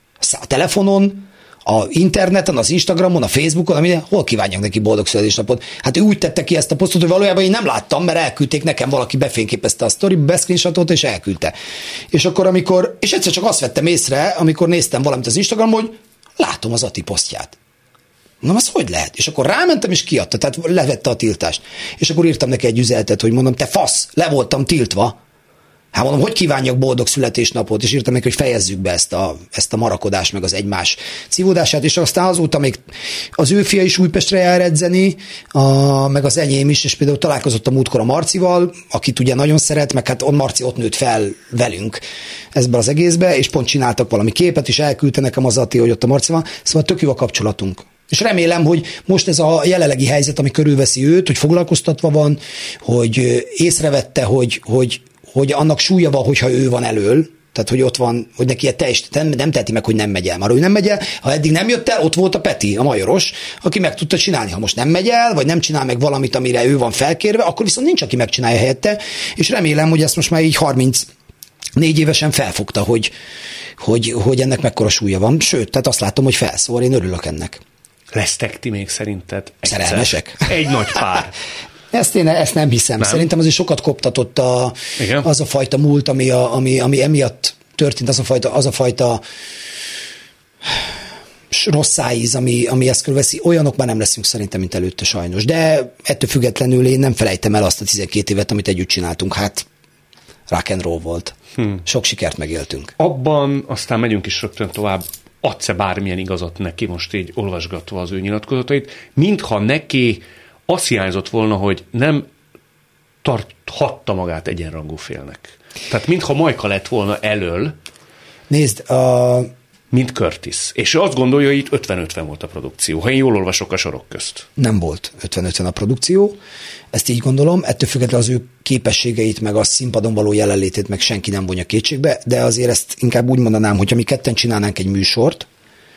A telefonon, a interneten, az Instagramon, a Facebookon, minden, hol kívánjak neki boldog születésnapot. Hát ő úgy tette ki ezt a posztot, hogy valójában én nem láttam, mert elküldték nekem, valaki befényképezte a sztori, beszcreenshotot, és elküldte. És akkor, amikor, és egyszer csak azt vettem észre, amikor néztem valamit az Instagramon, hogy látom az Ati posztját. Na, az hogy lehet? És akkor rámentem, és kiadta, tehát levette a tiltást. És akkor írtam neki egy üzenetet, hogy mondom, te fasz, le voltam tiltva. Hát mondom, hogy kívánjak boldog születésnapot, és írtam meg, hogy fejezzük be ezt a, ezt a marakodást, meg az egymás cívódását, és aztán azóta még az ő fia is Újpestre jár edzeni, a, meg az enyém is, és például találkozott a múltkor a Marcival, akit ugye nagyon szeret, meg hát on Marci ott nőtt fel velünk ezben az egészbe, és pont csináltak valami képet, és elküldte nekem az Ati, hogy ott a Marcival, szóval tök jó a kapcsolatunk. És remélem, hogy most ez a jelenlegi helyzet, ami körülveszi őt, hogy foglalkoztatva van, hogy észrevette, hogy, hogy, hogy annak súlya van, hogyha ő van elől, tehát hogy ott van, hogy neki teljes, nem, nem teheti meg, hogy nem megy el. Már ő nem megy el, ha eddig nem jött el, ott volt a Peti, a majoros, aki meg tudta csinálni. Ha most nem megy el, vagy nem csinál meg valamit, amire ő van felkérve, akkor viszont nincs, aki megcsinálja helyette, és remélem, hogy ezt most már így harmincnégy évesen felfogta, hogy, hogy, hogy ennek mekkora súlya van. Sőt, tehát azt látom, hogy felszól, én örülök ennek. Lesztek ti még szerinted? Szerelmesek? Egy nagy pár. Ezt én ezt nem hiszem. Nem. Szerintem azért sokat koptatott a, az a fajta múlt, ami, a, ami, ami emiatt történt, az a fajta, az a fajta rossz szájíz, ami, ami ezt körülveszi. Olyanok már nem leszünk szerintem, mint előtte sajnos. De ettől függetlenül én nem felejtem el azt a tizenkét évet, amit együtt csináltunk. Hát rock and roll volt. Hmm. Sok sikert megéltünk. Abban aztán megyünk is rögtön tovább. Adsz-e bármilyen igazat neki, most így olvasgatva az ő nyilatkozatait, mintha neki azt hiányzott volna, hogy nem tarthatta magát egyenrangú félnek. Tehát mintha Majka lett volna elől, nézd, a... mint Curtis. És ő azt gondolja, hogy itt ötven-ötven volt a produkció, ha én jól olvasok a sorok közt. Nem volt ötven-ötven a produkció, ezt így gondolom, ettől függetlenül az ő képességeit, meg a színpadon való jelenlétét meg senki nem vonja kétségbe, de azért ezt inkább úgy mondanám, hogy ha mi ketten csinálnánk egy műsort,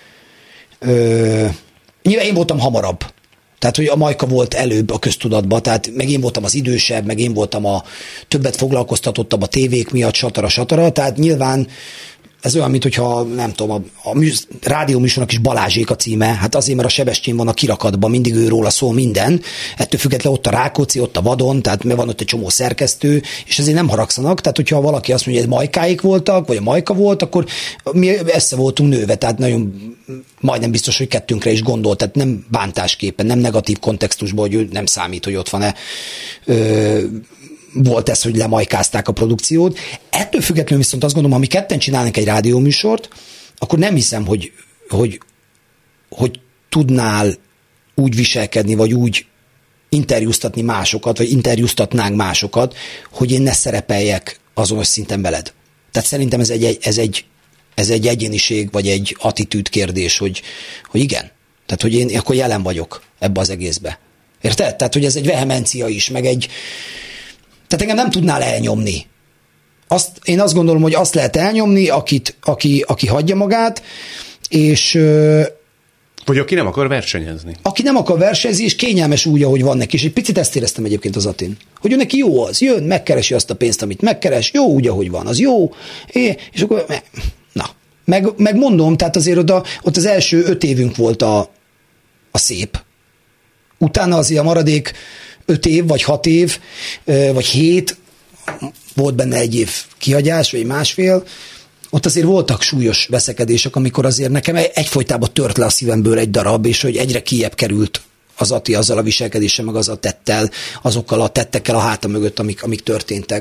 ö, nyilván én voltam hamarabb. Tehát, hogy a Majka volt előbb a köztudatban, tehát meg én voltam az idősebb, meg én voltam a többet foglalkoztatottabb a tévék miatt, satara, satara, tehát nyilván ez olyan, mint hogyha, nem tudom, a, a műz, rádióműsornak is Balázsék a címe, hát azért, mert a Sebestyén van a kirakatban, mindig ő róla szól minden, ettől függetlenül ott a Rákóczi, ott a Vadon, tehát mert van ott egy csomó szerkesztő, és ezért nem haragszanak, tehát hogyha valaki azt mondja, hogy Majkáik voltak, vagy a Majka volt, akkor mi össze voltunk nőve, tehát nagyon majdnem biztos, hogy kettőnkre is gondolt, tehát nem bántásképpen, nem negatív kontextusban, hogy ő nem számít, hogy ott van-e ö, volt ez, hogy lemajkázták a produkciót. Ettől függetlenül viszont azt gondolom, ha mi ketten csinálnánk egy rádióműsort, akkor nem hiszem, hogy, hogy, hogy tudnál úgy viselkedni, vagy úgy interjúztatni másokat, vagy interjúztatnánk másokat, hogy én ne szerepeljek azonos szinten veled. Tehát szerintem ez egy, ez egy, ez egy egyéniség, vagy egy attitűd kérdés, hogy, hogy igen. Tehát, hogy én akkor jelen vagyok ebbe az egészbe. Érted? Tehát, hogy ez egy vehemencia is, meg egy Tehát engem nem tudnál elnyomni. Azt, én azt gondolom, hogy azt lehet elnyomni, akit, aki, aki hagyja magát, és... Vagy aki nem akar versenyezni. Aki nem akar versenyezni, és kényelmes úgy, ahogy van neki. És egy picit ezt éreztem egyébként az Atin. Hogy ő neki jó az, jön, megkeresi azt a pénzt, amit megkeres, jó úgy, ahogy van, az jó, és akkor... Na, meg, meg mondom, tehát azért oda, ott az első öt évünk volt a, a szép. Utána azért a maradék öt év, vagy hat év, vagy hét, volt benne egy év kihagyás, vagy másfél, ott azért voltak súlyos veszekedések, amikor azért nekem egyfolytában tört le a szívemből egy darab, és hogy egyre kijebb került az Ati azzal a viselkedéssel, meg azzal a tettel, azokkal a tettekkel a háta mögött, amik, amik történtek.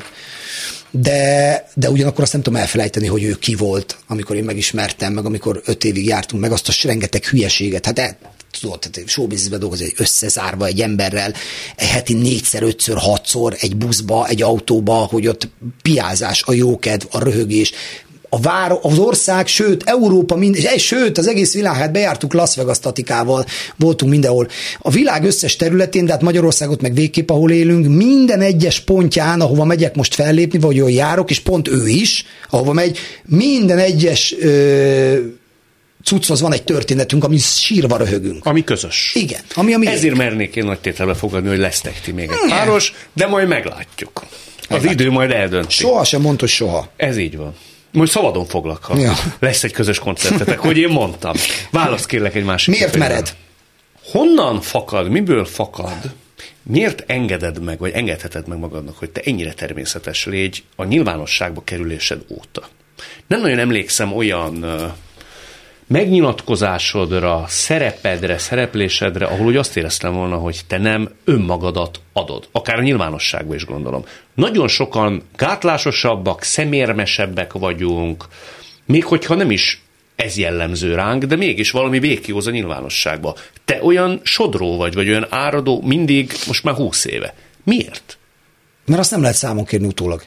De, de ugyanakkor azt nem tudom elfelejteni, hogy ő ki volt, amikor én megismertem, meg amikor öt évig jártunk, meg azt a rengeteg hülyeséget. Hát el, tudod, tehát showbusinessben dolgozni, összezárva egy emberrel, egy heti négyszer, ötször, hatszor egy buszba, egy autóba, hogy ott piázás, a jókedv, a röhögés, a vár, az ország, sőt, Európa, mind, és sőt, az egész világ, hát bejártuk Las Vegas Tatikával, voltunk mindenhol. A világ összes területén, de hát Magyarországot meg végképp, ahol élünk, minden egyes pontján, ahova megyek most fellépni, vagy ahol járok, és pont ő is, ahova megy, minden egyes ö, cucchoz van egy történetünk, ami sírva röhögünk. Ami közös. Igen. Ami, ami Ezért ég. mernék én nagy tételbe fogadni, hogy lesztek ti még egy páros, de majd meglátjuk. Az meglátjuk. Idő majd eldönti. Soha sem mondta, hogy soha. Ez így van. Most szabadon foglak, ha ja. lesz egy közös koncertetek, hogy én mondtam. Válasz kérlek egy másik. Miért képében. mered? Honnan fakad, miből fakad, miért engeded meg, vagy engedheted meg magadnak, hogy te ennyire természetes légy a nyilvánosságba kerülésed óta? Nem nagyon emlékszem olyan uh, megnyilatkozásodra, szerepedre, szereplésedre, ahol úgy azt éreztem volna, hogy te nem önmagadat adod. Akár a nyilvánosságban is gondolom. Nagyon sokan gátlásosabbak, szemérmesebbek vagyunk, még hogyha nem is ez jellemző ránk, de mégis valami békjóz a nyilvánosságba. Te olyan sodró vagy, vagy olyan áradó mindig, most már húsz éve. Miért? Mert azt nem lehet számon kérni utólag.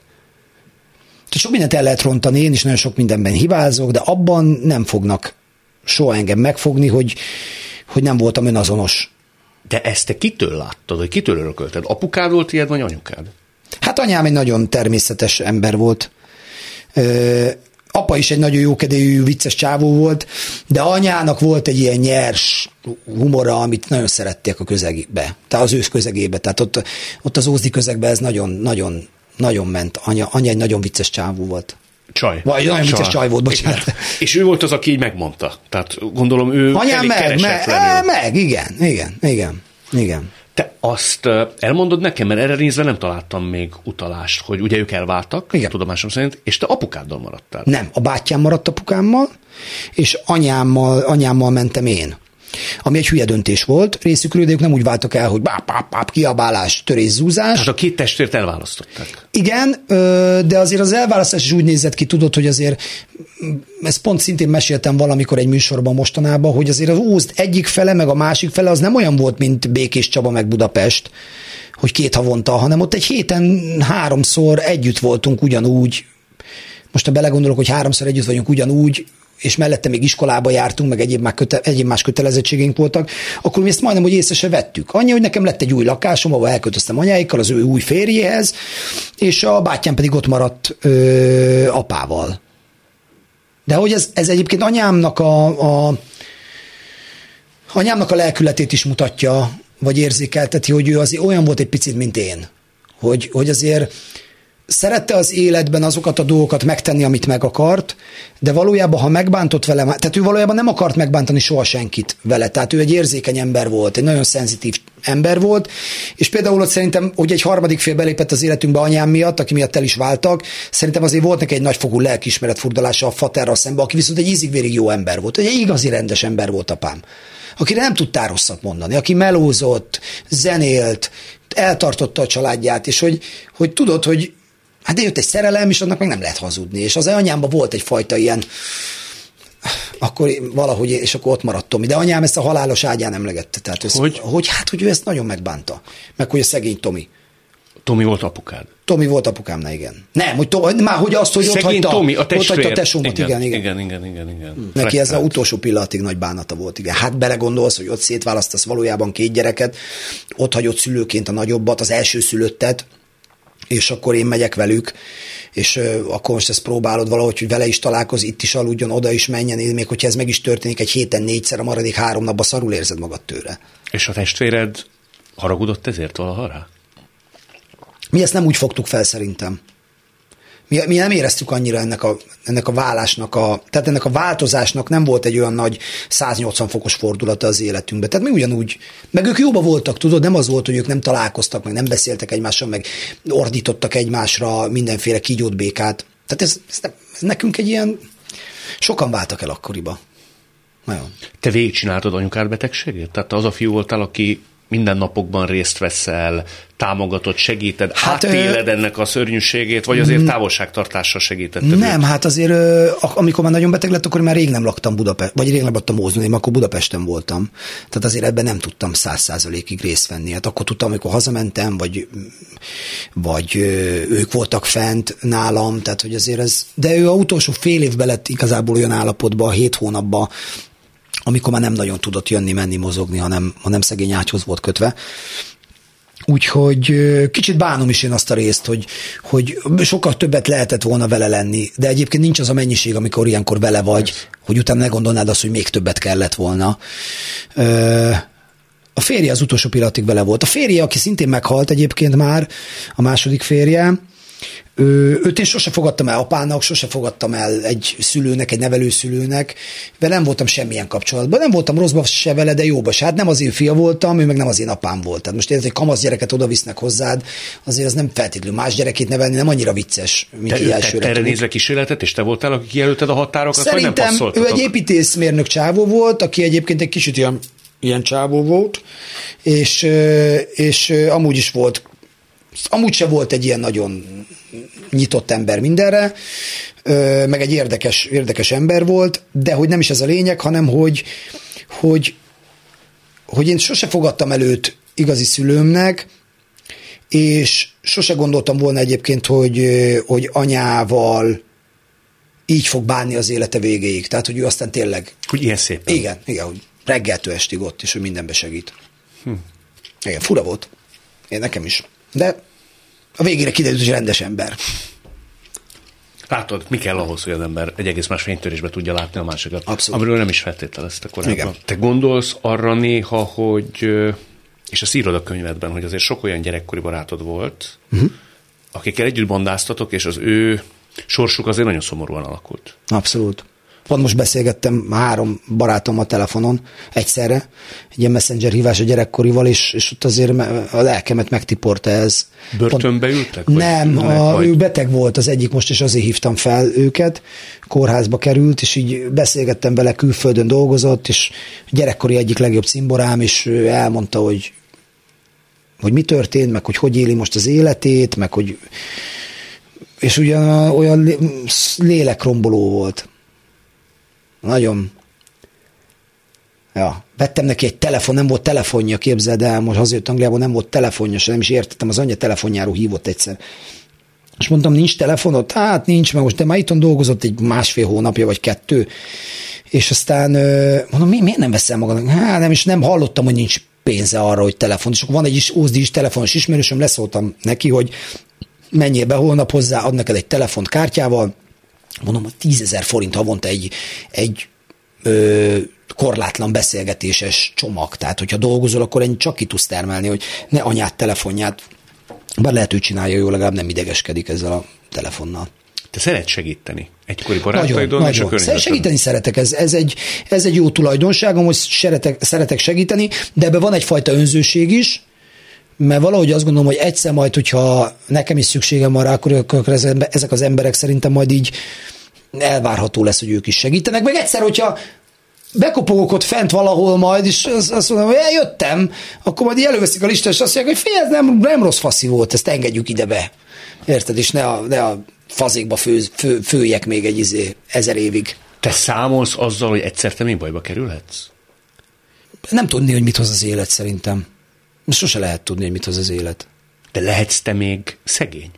Tehát sok mindent el lehet rontani, én is nagyon sok mindenben hibázok, de abban nem fognak soha engem megfogni, hogy, hogy nem voltam önazonos. De ezt te kitől láttad, vagy kitől örökölted? Apukád volt ilyet, vagy anyukád? Hát anyám egy nagyon természetes ember volt. Ö, apa is egy nagyon jókedélyű, vicces csávó volt, de anyának volt egy ilyen nyers humora, amit nagyon szerették a közegbe, tehát az ősz közegébe. Tehát ott, ott az ózdi közegben ez nagyon, nagyon, nagyon ment. Anya, anya egy nagyon vicces csávó volt. Csaj. Vagy nagyon vicces csaj volt, bocsánat. Igen. És ő volt az, aki így megmondta. Tehát gondolom ő anyám meg, keresetlenül. meg, meg, igen, igen, igen, igen. Te azt elmondod nekem, mert erre nézve nem találtam még utalást, hogy ugye ők elváltak, igen, tudomásom szerint, és te apukáddal maradtál. Nem, a bátyám maradt apukámmal, és anyámmal, anyámmal mentem én. Ami egy hülye döntés volt részükről, de ők nem úgy váltak el, hogy báp, báp, báp, kiabálás, törés, zúzás. Tehát a két testvért elválasztották. Igen, de azért az elválasztás is úgy nézett ki, tudod, hogy azért, ezt pont szintén meséltem valamikor egy műsorban mostanában, hogy azért az Ózd egyik fele, meg a másik fele az nem olyan volt, mint Békés Csaba, meg Budapest, hogy két havonta, hanem ott egy héten háromszor együtt voltunk ugyanúgy. Most ha belegondolok, hogy háromszor együtt vagyunk ugyanúgy, és mellette még iskolába jártunk, meg egyéb, köte, egyéb más kötelezettségeink voltak, akkor mi ezt majdnem, hogy észre se vettük. Annyi, hogy nekem lett egy új lakásom, ahol elköltöztem anyáikkal, az ő új férjéhez, és a bátyám pedig ott maradt ö, apával. De hogy ez, ez egyébként anyámnak a, a anyámnak a lelkületét is mutatja, vagy érzékelteti, hogy ő azért olyan volt egy picit, mint én. Hogy, hogy azért szerette az életben azokat a dolgokat megtenni, amit meg akart, de valójában, ha megbántott vele, tehát ő valójában nem akart megbántani soha senkit vele, tehát ő egy érzékeny ember volt, egy nagyon szenzitív ember volt, és például ott szerintem, hogy egy harmadik fél belépett az életünkbe anyám miatt, aki miatt el is váltak, szerintem azért volt neki egy nagyfokú lelkiismeret furdalása a faterral szemben, aki viszont egy ízig-vérig jó ember volt, egy igazi rendes ember volt apám, akire nem tudtál rosszat mondani, aki melózott, zenélt, eltartotta a családját, és hogy, hogy tudod, hogy hát de jött egy szerelem, és annak meg nem lehet hazudni. És az anyámban volt egyfajta ilyen, akkor valahogy, és akkor ott maradt Tomi. De anyám ezt a halálos ágyán emlegette. Tehát ez, hogy? hogy? Hát, hogy ő ezt nagyon megbánta. Meg hogy a szegény Tomi. Tomi volt apukád? Tomi volt apukámnál, igen. Nem, hogy Tomi, már hogy azt, hogy szegény ott hagyta, Tomi, a testvér. Ott hagyta a tesómat, igen, igen. Igen, igen, igen, igen. Hm. Neki ez az utolsó pillanatig nagy bánata volt, igen. Hát belegondolsz, hogy ott szétválasztasz valójában két gyereket, ott hagyott szülőként a nagyobbat, az első szülöttet, és akkor én megyek velük, és uh, akkor most ezt próbálod valahogy, hogy vele is találkoz, itt is aludjon, oda is menjen, még hogyha ez meg is történik egy héten négyszer, a maradék három napban szarul érzed magad tőle. És a testvéred haragudott ezért valaha rá? Mi ezt nem úgy fogtuk fel szerintem. Mi, mi nem éreztük annyira ennek a, ennek a válásnak, a, tehát ennek a változásnak nem volt egy olyan nagy száznyolcvan fokos fordulata az életünkben. Tehát mi ugyanúgy, meg ők jóba voltak, tudod, nem az volt, hogy ők nem találkoztak, meg nem beszéltek egymással, meg ordítottak egymásra mindenféle kígyót, békát. Tehát ez, ez, ez nekünk egy ilyen, sokan váltak el akkoriba. Nagyon. Te végigcsináltad anyukád betegségét? Tehát te az a fiú voltál, aki minden napokban részt veszel, támogatod, segíted, hát, átéled ö... ennek a szörnyűségét, vagy azért távolságtartással segítetted? Nem, őt? Hát azért, amikor már nagyon beteg lett, akkor már rég nem laktam Budapest, vagy rég nem laktam Ózdon, én akkor Budapesten voltam. Tehát azért ebben nem tudtam száz százalékig részt venni. Hát akkor tudtam, amikor hazamentem, vagy, vagy ők voltak fent nálam, tehát hogy azért ez, de ő a utolsó fél évben lett igazából olyan állapotban, hét hónapban, amikor már nem nagyon tudott jönni, menni, mozogni, hanem, hanem szegény ágyhoz volt kötve. Úgyhogy kicsit bánom is én azt a részt, hogy, hogy sokkal többet lehetett volna vele lenni, de egyébként nincs az a mennyiség, amikor ilyenkor vele vagy, hogy utána ne gondolnád azt, hogy még többet kellett volna. A férje az utolsó pillanatig vele volt. A férje, aki szintén meghalt egyébként már, a második férje, Őt én sose fogadtam el apának, sose fogadtam el egy szülőnek, egy nevelőszülőnek, vele nem voltam semmilyen kapcsolatban. Nem voltam rosszba se vele, de jóba se. Hát nem az én fia voltam, ő meg nem az én apám volt. Tehát most érted, egy kamasz gyereket oda visznek hozzád, azért az nem feltétlenül más gyerekét nevelni, nem annyira vicces, mint te, elsőre. Te erre nézve kísérletet, és te voltál, aki kijelölted a határokat, Szerintem vagy nem passzoltatok? Ő egy építészmérnök csávó volt, aki egyébként egy kicsit ilyen, ilyen csávó volt, és, és amúgy is volt, amúgy se volt egy ilyen nagyon nyitott ember mindenre, meg egy érdekes, érdekes ember volt, de hogy nem is ez a lényeg, hanem hogy, hogy, hogy én sose fogadtam el őt igazi szülőmnek, és sose gondoltam volna egyébként, hogy, hogy anyával így fog bánni az élete végéig. Tehát, hogy ő aztán tényleg... Hogy ilyen szépen. Igen, igen, hogy reggeltől estig ott, és ő mindenbe segít. Hm. Igen, fura volt. Én nekem is. De a végére kiderült, hogy rendes ember. Látod, mi kell ahhoz, hogy az ember egy egész más fénytörésbe tudja látni a másikat. Abszolút. Amiről nem is feltételezte korábban. Igen. Te gondolsz arra néha, hogy, és ezt írod a könyvedben, hogy azért sok olyan gyerekkori barátod volt, uh-huh. akikkel együtt bandáztatok, és az ő sorsuk azért nagyon szomorúan alakult. Abszolút. Pont most beszélgettem három barátommal telefonon egyszerre, egy ilyen messenger hívás a gyerekkorival, és, és ott azért a lelkemet megtiporta ez. Börtönbe ültek? Nem, vagy, a, vagy? ő beteg volt az egyik most, és azért hívtam fel őket, kórházba került, és így beszélgettem vele, külföldön dolgozott, és gyerekkori egyik legjobb cimborám, és ő elmondta, hogy, hogy mi történt, meg hogy hogy éli most az életét, meg hogy és ugyan olyan lélekromboló volt. Nagyon. Ja, vettem neki egy telefon, nem volt telefonja, képzeld el, most hazajött Angliából, nem volt telefonja, sem nem is értettem, az anyja telefonjáról hívott egyszer. És mondtam, nincs telefonod? Hát nincs, mert most de már itthon dolgozott egy másfél hónapja, vagy kettő. És aztán mondom, mi, miért nem veszel magadnak? Hát nem, és nem hallottam, hogy nincs pénze arra, hogy telefon. És akkor van egy is ózdi is telefonos ismerősöm, leszóltam neki, hogy menjél be holnap hozzá, ad neked egy telefont kártyával, mondom, hogy tízezer forint havonta egy, egy ö, korlátlan beszélgetéses csomag. Tehát, hogyha dolgozol, akkor ennyi csak ki tudsz termelni, hogy ne anyát telefonját, bár lehet, hogy csinálja jól, legalább nem idegeskedik ezzel a telefonnal. Te szeret segíteni egykori barátaidon és a környezetben. Segíteni szeretek, ez, ez, egy, ez egy jó tulajdonságom, hogy szeretek, szeretek segíteni, de ebben van egyfajta önzőség is, mert valahogy azt gondolom, hogy egyszer majd, hogyha nekem is szükségem van rá, akkor ezek az emberek szerintem majd így elvárható lesz, hogy ők is segítenek. Meg egyszer, hogyha bekopogok ott fent valahol majd, és azt mondom, hogy eljöttem, akkor majd így előveszik a listát, és azt mondják, hogy fél, ez nem, nem rossz faszi volt, ezt engedjük ide be. Érted? És ne a, ne a fazékba fő, fő, főjek még egy izé, ezer évig. Te számolsz azzal, hogy egyszer te még bajba kerülhetsz? Nem tudni, hogy mit hoz az élet szerintem. Sose lehet tudni, hogy mit hoz az élet. De lehetsz te még szegény?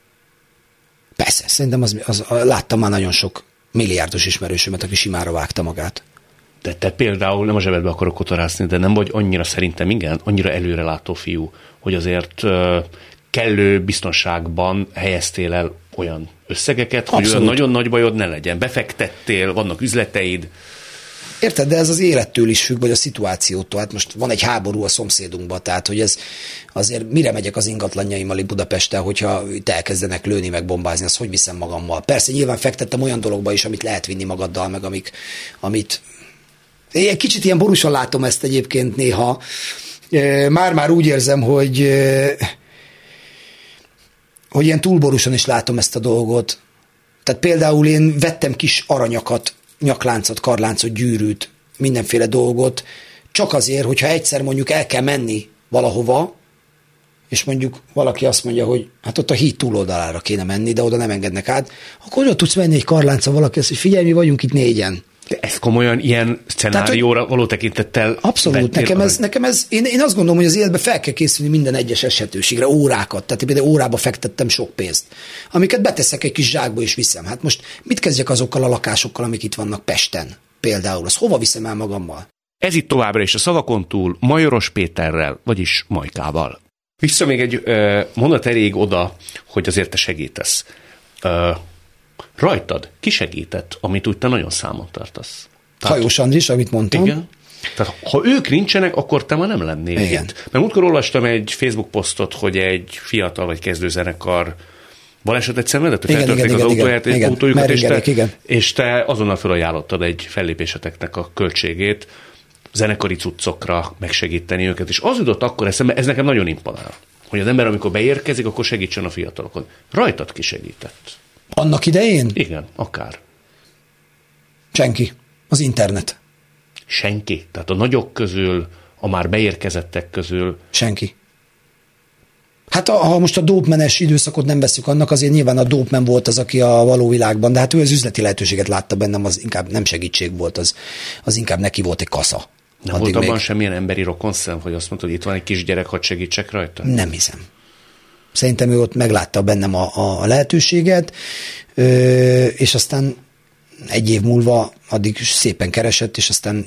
Persze, szerintem az, az, láttam már nagyon sok milliárdos ismerősömet, aki simára vágta magát. De te például, nem a zsebedbe akarok kotorászni, de nem vagy annyira szerintem, igen, annyira előrelátó fiú, hogy azért uh, kellő biztonságban helyeztél el olyan összegeket, Abszolút. Hogy olyan nagyon nagy bajod ne legyen. Befektettél, vannak üzleteid. Érted, de ez az élettől is függ, vagy a szituációtól. Hát most van egy háború a szomszédunkban, tehát hogy ez azért mire megyek az ingatlanjaimmal itt Budapesten, hogyha itt elkezdenek lőni, meg bombázni, azt hogy viszem magammal. Persze nyilván fektettem olyan dologba is, amit lehet vinni magaddal, meg amik, amit... Én egy kicsit ilyen borúsan látom ezt egyébként néha. Már-már úgy érzem, hogy, hogy ilyen túlborúsan is látom ezt a dolgot. Tehát például én vettem kis aranyakat, nyakláncot, karláncot, gyűrűt, mindenféle dolgot, csak azért, hogyha egyszer mondjuk el kell menni valahova, és mondjuk valaki azt mondja, hogy hát ott a híd túloldalára kéne menni, de oda nem engednek át, akkor oda tudsz menni egy karlánccal, valaki azt, hogy figyelj, mi vagyunk itt négyen. De ez komolyan ilyen szenárióra Tehát, való tekintettel... Abszolút, nekem ez, nekem ez én, én azt gondolom, hogy az életben fel kell készülni minden egyes esetőségre, órákat, tehát én például órába fektettem sok pénzt, amiket beteszek egy kis zsákba és viszem. Hát most mit kezdjek azokkal a lakásokkal, amik itt vannak Pesten például, az hova viszem el magammal? Ez itt továbbra is a Szavakon túl Majoros Péterrel, vagyis Majkával. Vissza még egy uh, mondat elég oda, hogy azért te segítesz. Uh, Rajtad ki segített, amit úgy te nagyon számon tartasz? Tehát, Hajós Andris, amit mondtam. Igen. Tehát ha ők nincsenek, akkor te már nem lennél igen. itt. Mert múltkor olvastam egy Facebook posztot, hogy egy fiatal vagy kezdőzenekar Balesetet szenvedett, hogy feltörték az autóját, és igen, autójukat, és te, igen. és te azonnal felajánlottad egy fellépéseteknek a költségét, zenekari cuccokra megsegíteni őket, és az jutott akkor eszembe, ez nekem nagyon imponál, hogy az ember, amikor beérkezik, akkor segítsen a fiatalokon. Rajtad ki segített? Annak idején? Igen, akár. Senki. Az internet. Senki? Tehát a nagyok közül, a már beérkezettek közül? Senki. Hát ha most a dópmenes időszakot nem veszük annak, azért nyilván a dópmen volt az, aki a való világban, de hát ő az üzleti lehetőséget látta bennem, az inkább nem segítség volt, az, az inkább neki volt egy kasza. Nem Addig volt abban még... semmilyen emberi rokonszem, hogy azt mondta, hogy itt van egy kisgyerek, hadd segítsek rajta? Nem hiszem. Szerintem ő ott meglátta bennem a, a lehetőséget, és aztán egy év múlva addig szépen keresett, és aztán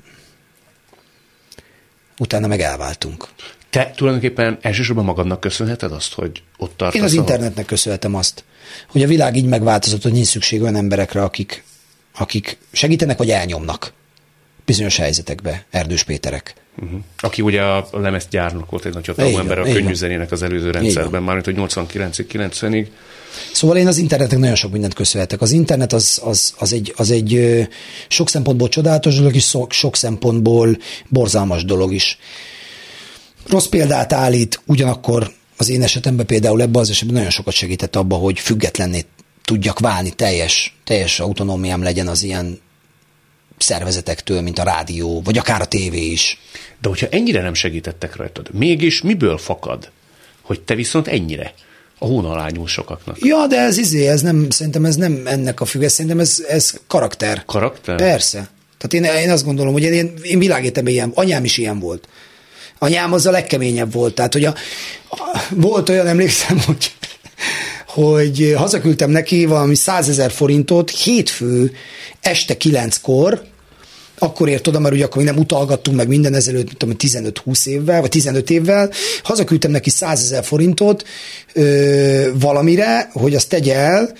utána meg elváltunk. Te tulajdonképpen elsősorban magadnak köszönheted azt, hogy ott tartasz? Én az internetnek köszönhetem azt, hogy a világ így megváltozott, hogy nincs szükség olyan emberekre, akik, akik segítenek, vagy elnyomnak bizonyos helyzetekbe, Erdős Péterek. Uh-huh. Aki ugye a lemezgyárnok volt, egy nagy hatalmú ember a könnyűzenének az előző rendszerben, mármint hogy nyolcvankilencig, kilencvenig. Szóval én az internetnek nagyon sok mindent köszönhetek. Az internet az, az, az, egy, az egy sok szempontból csodálatos dolog, és sok, sok szempontból borzalmas dolog is. Rossz példát állít, ugyanakkor az én esetemben például ebben az esetben nagyon sokat segített abba, hogy függetlenné tudjak válni, teljes, teljes autonómiám legyen az ilyen szervezetektől, mint a rádió, vagy akár a tévé is. De hogyha ennyire nem segítettek rajtad, mégis miből fakad, hogy te viszont ennyire a hón alá nyúl sokaknak? Ja, de ez izé, ez nem, szerintem ez nem ennek a függ, szerintem ez, ez karakter. Karakter? Persze. Tehát én, én azt gondolom, hogy én, én világétemben ilyen, anyám is ilyen volt. Anyám az a legkeményebb volt. Tehát, hogy a, a, volt olyan, emlékszem, hogy, hogy hazaküldtem neki valami százezer forintot hétfő este kilenckor, akkor ért oda, mert ugye akkor még nem utalgattunk meg minden ezelőtt, tudom, tizenöt-húsz évvel, vagy tizenöt évvel, hazaküldtem neki százezer forintot ö, valamire, hogy azt tegye el.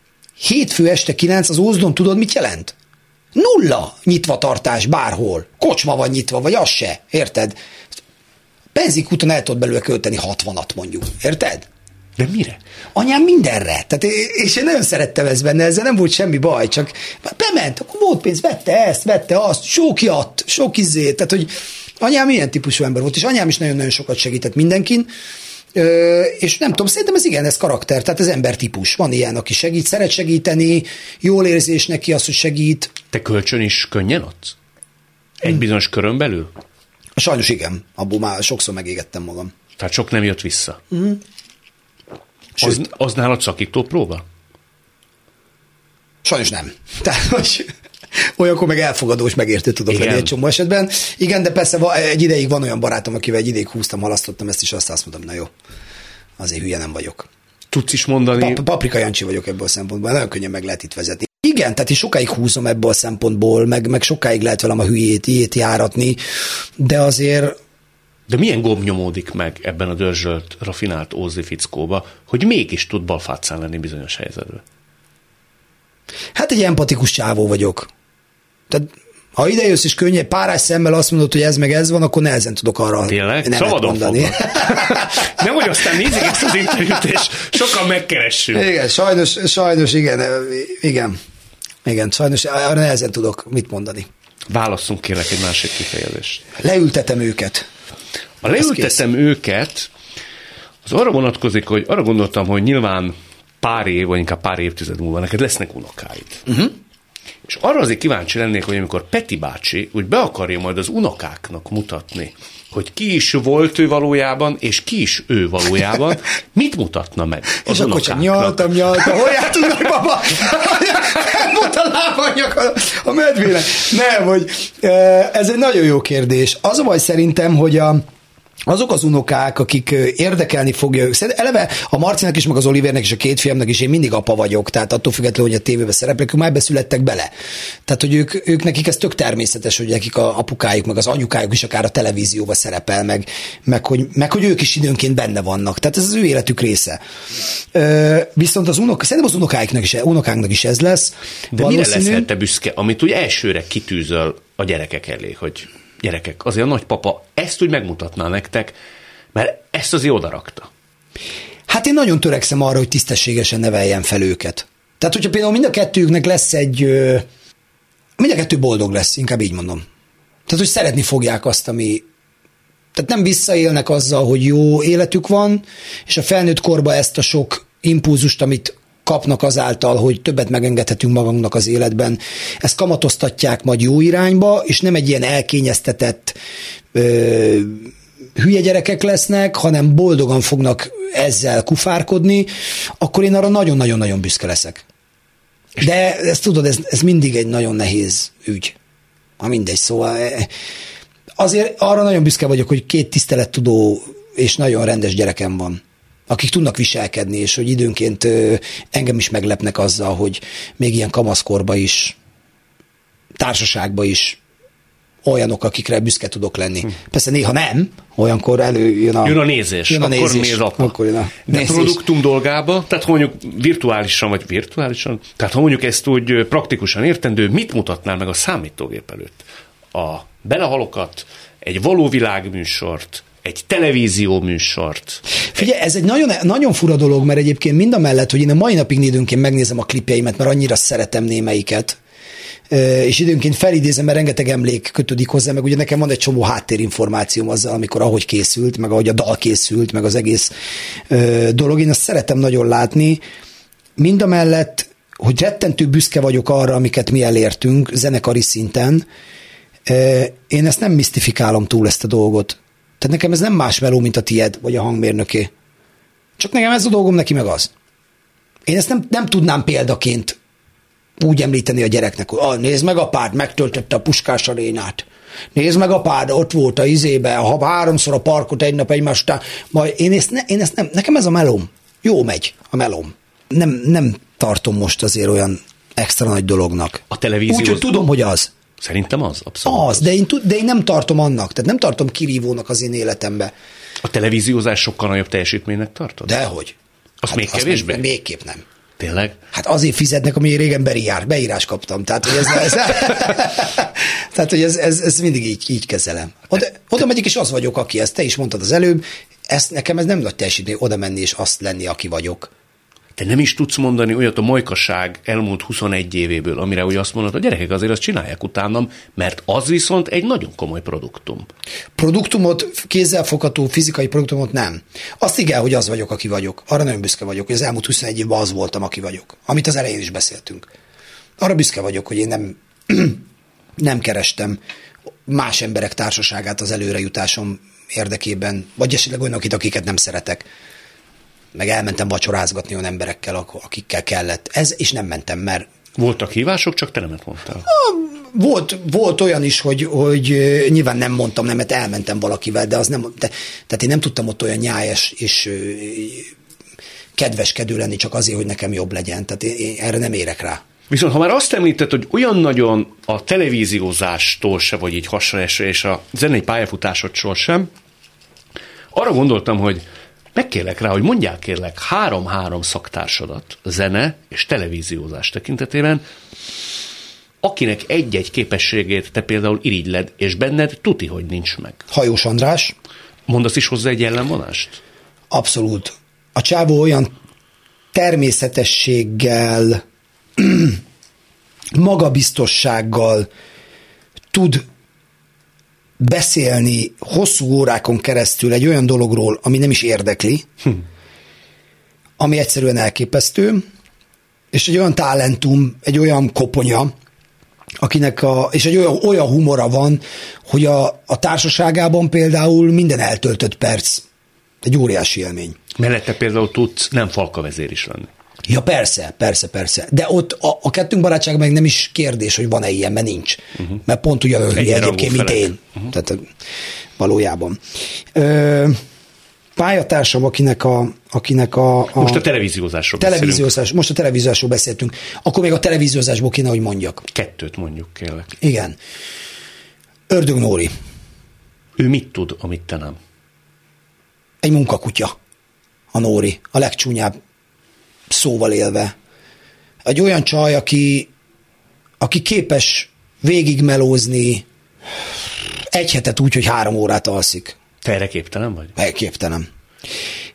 Hétfő este kilenc, az Ózdon tudod, mit jelent? Nulla nyitvatartás bárhol. Kocsma van nyitva, vagy az se, érted? Benzinkúton el tudod belőle költeni hatvanat mondjuk, érted? De mire? Anyám mindenre. Tehát, és én nagyon szerettem ezt benne, ezzel nem volt semmi baj, csak bement, akkor volt pénz, vette ezt, vette azt, sok jatt, sok izét, tehát, hogy anyám ilyen típusú ember volt, és anyám is nagyon-nagyon sokat segített mindenkin, Ö, és nem tudom, szerintem ez igen, ez karakter, tehát ez embertípus. Van ilyen, aki segít, szeret segíteni, jól érzés neki az, hogy segít. Te kölcsön is könnyen adsz? Egy hmm. bizonyos körön belül? Sajnos igen, abból már sokszor megégettem magam. Tehát sok nem jött vissza? Mm. Az, az nálad szakító próba? Sajnos nem. Tehát, hogy olyankor meg elfogadós, megértő tudok lenni egy csomó esetben. Igen, de persze egy ideig van olyan barátom, akivel egy ideig húztam, halasztottam ezt, és azt, azt mondom, na jó, azért hülye nem vagyok. Tudsz is mondani? Pa- Paprika Jancsi vagyok ebből a szempontból, nagyon könnyen meg lehet itt vezetni. Igen, tehát én sokáig húzom ebből a szempontból, meg, meg sokáig lehet velem a hülyét, ilyét járatni, de azért... De milyen gomb nyomódik meg ebben a dörzsölt, rafinált ózdi fickóba, hogy mégis tud balfácán lenni bizonyos helyzetben? Hát egy empatikus csávó vagyok. Tehát ha ide jössz és könnyed, párás szemmel azt mondod, hogy ez meg ez van, akkor nehezen tudok arra Tényleg? nemet mondani. Nem, hogy aztán nézzük ezt az interjút, és sokan megkeressünk. Igen, sajnos, sajnos igen, igen, igen, sajnos arra nehezen tudok mit mondani. Válasszunk kérlek egy másik kifejezést. Leültetem őket. A leültetem őket, az arra vonatkozik, hogy arra gondoltam, hogy nyilván pár év, vagy inkább pár évtized múlva neked lesznek unokáid. Uh-huh. És arra azért kíváncsi lennék, hogy amikor Peti bácsi úgy be akarja majd az unokáknak mutatni, hogy ki is volt ő valójában, és ki is ő valójában, mit mutatna meg az és unokáknak? És akkor csak nyaltam, nyaltam, hogy hát tudnak, baba? Volt a lábanyag a, a medvének. Nem, hogy ez egy nagyon jó kérdés. Az a baj szerintem, hogy a azok az unokák, akik érdekelni fogja ők. Eleve a Marcinak is, meg az Olivernek is, a két fiamnak is én mindig apa vagyok, tehát attól függetlenül, hogy a tévében szereplek, ők már beszülettek bele. Tehát, hogy ők, ők nekik ez tök természetes, hogy nekik a apukájuk, meg az anyukájuk is akár a televízióba szerepel, meg, meg, hogy, meg hogy ők is időnként benne vannak. Tehát ez az ő életük része. Viszont az unok, szerintem az unokáiknak is, unokáknak is ez lesz. De valószínű... mire leszel te büszke, amit úgy elsőre kitűzöl a gyerekek elé, hogy gyerekek, azért a nagypapa ezt úgy megmutatná nektek, mert ezt azért odarakta. Hát én nagyon törekszem arra, hogy tisztességesen neveljem fel őket. Tehát, hogyha például mind a kettőjüknek lesz egy... Mind a kettő boldog lesz, inkább így mondom. Tehát, hogy szeretni fogják azt, ami... Tehát nem visszaélnek azzal, hogy jó életük van, és a felnőtt korban ezt a sok impulzust, amit kapnak azáltal, hogy többet megengedhetünk magunknak az életben, ezt kamatoztatják majd jó irányba, és nem egy ilyen elkényeztetett ö, hülye gyerekek lesznek, hanem boldogan fognak ezzel kufárkodni, akkor én arra nagyon-nagyon-nagyon büszke leszek. De ezt tudod, ez, ez mindig egy nagyon nehéz ügy. Ha mindegy, szóval azért arra nagyon büszke vagyok, hogy két tisztelettudó és nagyon rendes gyerekem van, akik tudnak viselkedni, és hogy időnként engem is meglepnek azzal, hogy még ilyen kamaszkorba is, társaságba is olyanok, akikre büszke tudok lenni. Hm. Persze néha nem, olyankor előjön a... Jön a nézés, jön a akkor nézés, néz apa. Akkor jön a De nézés. produktum dolgába, tehát ha mondjuk virtuálisan, vagy virtuálisan, tehát ha mondjuk ezt úgy praktikusan értendő, mit mutatnál meg a számítógép előtt? A belehalokat, egy való világműsort, egy televízió műsort. Figyelj, ez egy nagyon, nagyon fura dolog, mert egyébként mind a mellett, hogy én a mai napig időnként megnézem a klipjeimet, mert annyira szeretem némelyiket, és időnként felidézem, mert rengeteg emlék kötődik hozzá, meg ugye nekem van egy csomó háttérinformációm azzal, amikor ahogy készült, meg ahogy a dal készült, meg az egész dolog. Én azt szeretem nagyon látni. Mind a mellett, hogy rettentő büszke vagyok arra, amiket mi elértünk zenekari szinten, én ezt nem misztifikálom túl, ezt a dolgot. Tehát nekem ez nem más meló, mint a tied, vagy a hangmérnöké. Csak nekem ez a dolgom, neki meg az. Én ezt nem, nem tudnám példaként úgy említeni a gyereknek, hogy ah, nézd meg apád, megtöltötte a Puskás arénát. Nézd meg apád, ott volt a izébe, ha háromszor a parkot egy nap egymás után. Majd én ezt, ne, én ezt nem, nekem ez a melóm. Jó megy a melóm. Nem, nem tartom most azért olyan extra nagy dolognak. A televízió... Úgyhogy tudom, hogy az. Szerintem az, abszolút. Az, de én, de én nem tartom annak, tehát nem tartom kirívónak az én életembe. A televíziózás sokkal nagyobb teljesítménynek tartod? Dehogy. Azt hát még kevésbé? Még, végképp nem. Tényleg? Hát azért fizetnek, ami régen beírás, beírás kaptam. Tehát, hogy ez, ez, tehát, hogy ez, ez, ez mindig így, így kezelem. Oda, oda megyek, és az vagyok, aki ezt. Te is mondtad az előbb, ezt, nekem ez nem nagy teljesítmény, oda menni, és azt lenni, aki vagyok. Te nem is tudsz mondani olyat a majkaság elmúlt huszonegy évéből, amire úgy azt mondod, a gyerekek azért azt csinálják utánam, mert az viszont egy nagyon komoly produktum. Produktumot, kézzelfogható fizikai produktumot nem. Azt igen, hogy az vagyok, aki vagyok. Arra nagyon büszke vagyok, hogy az elmúlt huszonegy évben az voltam, aki vagyok. Amit az elején is beszéltünk. Arra büszke vagyok, hogy én nem, nem kerestem más emberek társaságát az előrejutásom érdekében, vagy esetleg olyanok, akiket nem szeretek. Meg elmentem vacsorázgatni olyan emberekkel, akikkel kellett. Ez, és nem mentem, mert... Voltak hívások, csak te nemet mondtál. Volt, volt olyan is, hogy, hogy nyilván nem mondtam nemet, elmentem valakivel, de az nem... De, tehát én nem tudtam ott olyan nyájas és kedveskedő lenni csak azért, hogy nekem jobb legyen. Tehát én, én erre nem érek rá. Viszont ha már azt említett, hogy olyan nagyon a televíziózástól se vagy így hasonlásra, és a zenei pályafutásodtól sem, arra gondoltam, hogy megkérlek rá, hogy mondják kérlek három-három szaktársadat zene és televíziózás tekintetében, akinek egy-egy képességét te például irigyled, és benned tuti, hogy nincs meg. Hajós András. Mondasz is hozzá egy ellenvonást? Abszolút. A csávó olyan természetességgel, magabiztossággal tud beszélni hosszú órákon keresztül egy olyan dologról, ami nem is érdekli, hm. ami egyszerűen elképesztő, és egy olyan talentum, egy olyan koponya, akinek a, és egy olyan, olyan humora van, hogy a, a társaságában például minden eltöltött perc egy óriási élmény. Mellette például tudsz nem falkavezér is lenni. Ja, persze, persze, persze. De ott a, a kettőnk barátság meg nem is kérdés, hogy van-e ilyen, mert nincs. Uh-huh. Mert pont ugye ő egyébként, mint én. Uh-huh. Tehát valójában. Ö, pályatársam, akinek a... Akinek a, a most a televíziózásról televíziózás, beszélünk. Most a televíziózásról beszéltünk. Akkor még a televíziózásból kéne, hogy mondjak. Kettőt mondjuk, kérlek. Igen. Ördög Nóri. Ő mit tud, amit te nem? Egy munkakutya. A Nóri. A legcsúnyább szóval élve. Egy olyan csaj, aki, aki képes végigmelózni egy hetet úgy, hogy három órát alszik. Te erre képtelen vagy? Képtelen.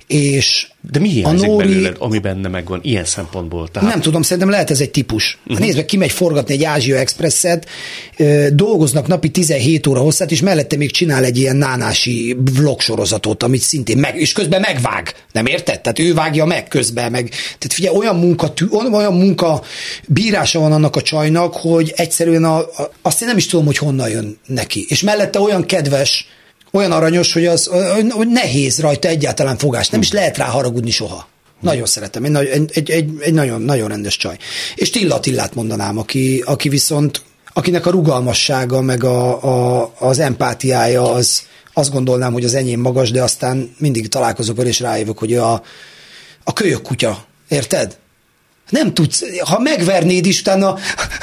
És de mi hiányzik Nóri... belőled, ami benne megvan ilyen szempontból? Tehát... Nem tudom, szerintem lehet ez egy típus. Uh-huh. Nézd meg, kimegy forgatni egy Ázsia Expresset, dolgoznak napi tizenhét óra hosszát, és mellette még csinál egy ilyen nánási vlogsorozatot, amit szintén meg, és közben megvág. Nem érted? Tehát ő vágja meg közben. Meg. Tehát figyelj, olyan munka, olyan munka bírása van annak a csajnak, hogy egyszerűen a, a, azt én nem is tudom, hogy honnan jön neki. És mellette olyan kedves, olyan aranyos, hogy az hogy nehéz rajta egyáltalán fogás. Nem is lehet rá haragudni soha. Nagyon szeretem. Egy, egy, egy, egy, egy nagyon, nagyon rendes csaj. És Tilla Attillát mondanám, aki, aki viszont, akinek a rugalmassága, meg a, a, az empátiája, az, azt gondolnám, hogy az enyém magas, de aztán mindig találkozok vele, és rájövök, hogy a, a kölyök kutya. Érted? Nem tudsz, ha megvernéd is, utána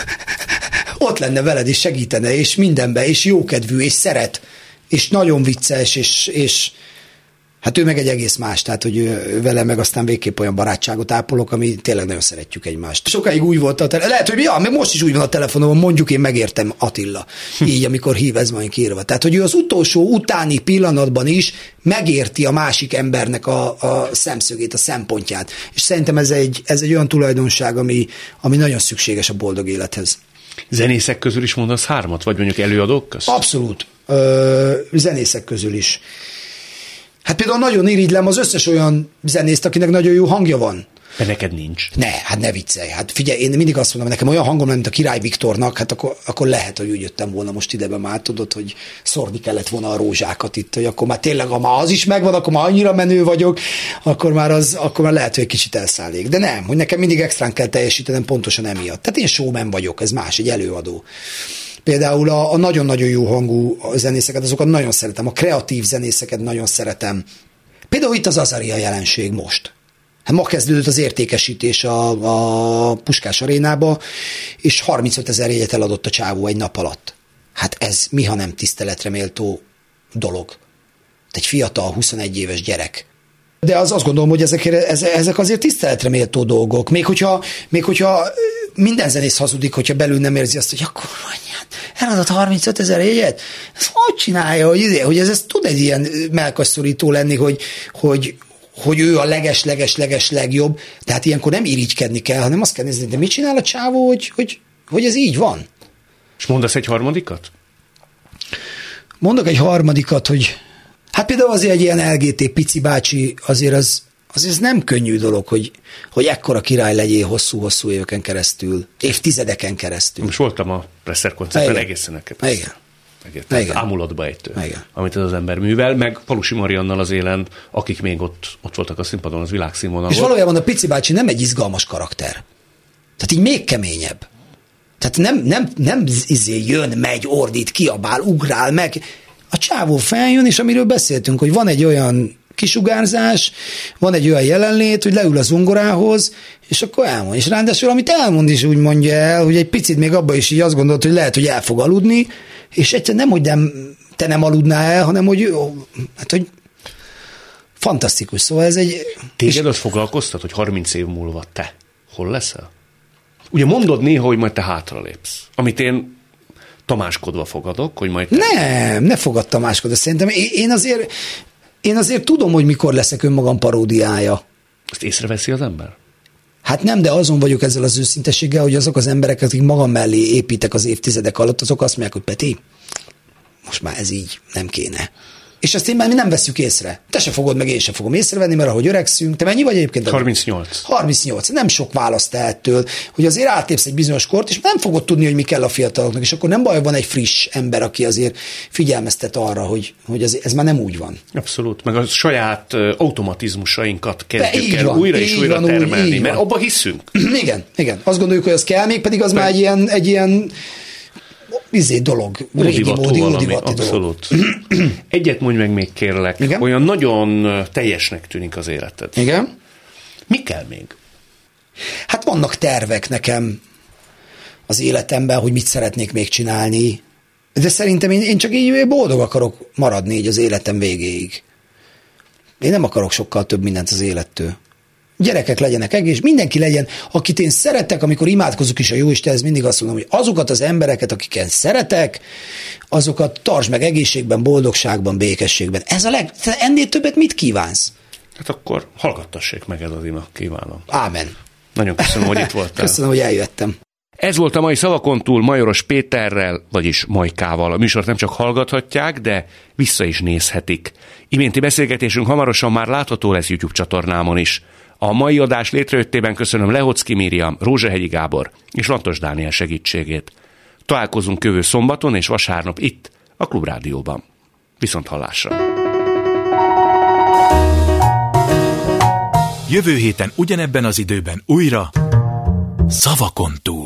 ott lenne veled, és segítene, és mindenben, és jókedvű, és szeret, és nagyon vicces, és, és hát ő meg egy egész más, tehát hogy ő, vele meg aztán végképp olyan barátságot ápolok, ami tényleg nagyon szeretjük egymást. Sokáig úgy volt a telefon, lehet, hogy ja, meg most is úgy van a telefonon, mondjuk én megértem Attila, így, amikor hív, ez van kiírva. Tehát, hogy ő az utolsó utáni pillanatban is megérti a másik embernek a, a szemszögét, a szempontját. És szerintem ez egy, ez egy olyan tulajdonság, ami, ami nagyon szükséges a boldog élethez. Zenészek közül is mondasz hármat, vagy mondjuk előadók közt? Abszolút. Ö, zenészek közül is. Hát például nagyon irigylem az összes olyan zenészt, akinek nagyon jó hangja van. De neked nincs. Ne, hát ne viccelj. Hát figyelj, én mindig azt mondom, nekem olyan hangom lenne, mint a Király Viktornak, hát akkor, akkor lehet, hogy úgy jöttem volna most idebe már, tudod, hogy szórni kellett volna a rózsákat itt, hogy akkor már tényleg, ha már az is megvan, akkor már annyira menő vagyok, akkor már, az, akkor már lehet, hogy egy kicsit elszállék. De nem, hogy nekem mindig extrán kell teljesítenem pontosan emiatt. Tehát én showman vagyok, ez más, egy előadó. Például a, a nagyon-nagyon jó hangú zenészeket, azokat nagyon szeretem, a kreatív zenészeket nagyon szeretem. Például itt az Azaria jelenség most. Hát ma kezdődött az értékesítés a, a Puskás Arénába, és harmincöt ezer jegyet eladott a csávó egy nap alatt. Hát ez mi, ha nem tiszteletre méltó dolog. Egy fiatal, huszonegy éves gyerek. De az azt gondolom, hogy ezek, ezek azért tiszteletre méltó dolgok. Még hogyha, még hogyha minden zenész hazudik, hogyha belül nem érzi azt, hogy akkor anyját, eladott harmincöt ezer jegyet? Ezt hogy csinálja, hogy, hogy ez, ez tud egy ilyen melkasszorító lenni, hogy, hogy, hogy ő a leges-leges-leges legjobb, tehát ilyenkor nem irigykedni kell, hanem azt kell nézni, de mit csinál a csávó, hogy, hogy, hogy ez így van. És mondasz egy harmadikat? Mondok egy harmadikat, hogy hát például azért egy ilyen el gé té pici bácsi, azért az, azért ez nem könnyű dolog, hogy, hogy ekkora király legyél hosszú-hosszú éveken keresztül, évtizedeken keresztül. Most voltam a Presser koncerten, egészen elképesztő. Igen. Igen. Ámulatba ejtő, amit ez az ember művel, meg Falusi Mariannal az élen, akik még ott, ott voltak a színpadon, az világszínvonalon. És valójában a pici bácsi nem egy izgalmas karakter. Tehát így még keményebb. Tehát nem, nem, nem izé jön, megy, ordít, kiabál, ugrál meg. A csávó feljön, és amiről beszéltünk, hogy van egy olyan kisugárzás, van egy olyan jelenlét, hogy leül a zongorához, és akkor elmond. És ráadásul, amit elmond is úgy mondja el, hogy egy picit még abban is így azt gondolt, hogy lehet, hogy el fog aludni, és egyszerűen nem, hogy nem, te nem aludnál el, hanem, hogy, hát, hogy fantasztikus. Szóval ez egy... Téged az foglalkoztat, hogy harminc év múlva te hol leszel? Ugye mondod néha, hogy majd te hátralépsz, amit én tamáskodva fogadok, hogy majd te... Nem, ne fogad tamáskodva. Szerintem én azért, én azért tudom, hogy mikor leszek önmagam paródiája. Ezt észreveszi az ember? Hát nem, de azon vagyok ezzel az őszintességgel, hogy azok az emberek, akik magam mellé építek az évtizedek alatt, azok azt mondják, hogy Peti, most már ez így nem kéne. És ezt én már mi nem veszük észre. Te se fogod, meg én se fogom észrevenni, mert ahogy öregszünk, te mennyi vagy egyébként? harmincnyolc. harmincnyolc. Nem sok választ ettől, hogy azért átlépsz egy bizonyos kort, és nem fogod tudni, hogy mi kell a fiataloknak, és akkor nem baj, van egy friss ember, aki azért figyelmeztet arra, hogy, hogy ez, ez már nem úgy van. Abszolút, meg a saját automatizmusainkat kezdjük el van, újra és újra van, termelni, úgy, mert abba hiszünk. Igen, igen. Azt gondoljuk, hogy az kell, még pedig az Be... már egy ilyen, egy ilyen izé dolog, régi módi, ódivati dolog. Egyet mondj meg még kérlek, igen? Olyan nagyon teljesnek tűnik az életed. Igen. Mi kell még? Hát vannak tervek nekem az életemben, hogy mit szeretnék még csinálni, de szerintem én, én csak így boldog akarok maradni így az életem végéig. Én nem akarok sokkal több mindent az élettől. Gyerekek legyenek egész, mindenki legyen, akit én szeretek, amikor imádkozok is a Jóistenhez, mindig azt mondom, hogy azokat az embereket, akiket szeretek, azokat tartsd meg egészségben, boldogságban, békességben. Ez a leg... Ennél többet mit kívánsz? Hát akkor hallgattassék meg ez az ima, kívánom. Ámen. Nagyon köszönöm, hogy itt voltál. Köszönöm, hogy eljöttem. Ez volt a mai Szavakon túl Majoros Péterrel, vagyis Majkával. A műsort nem csak hallgathatják, de vissza is nézhetik. Iménti beszélgetésünk hamarosan már látható lesz YouTube csatornámon is. A mai adás létrejöttében köszönöm Lehocki Miriam, Rózsahegyi Gábor és Lantos Dániel segítségét. Találkozunk jövő szombaton és vasárnap itt, a Klubrádióban. Viszont hallásra! Jövő héten ugyanebben az időben újra Szavakon túl.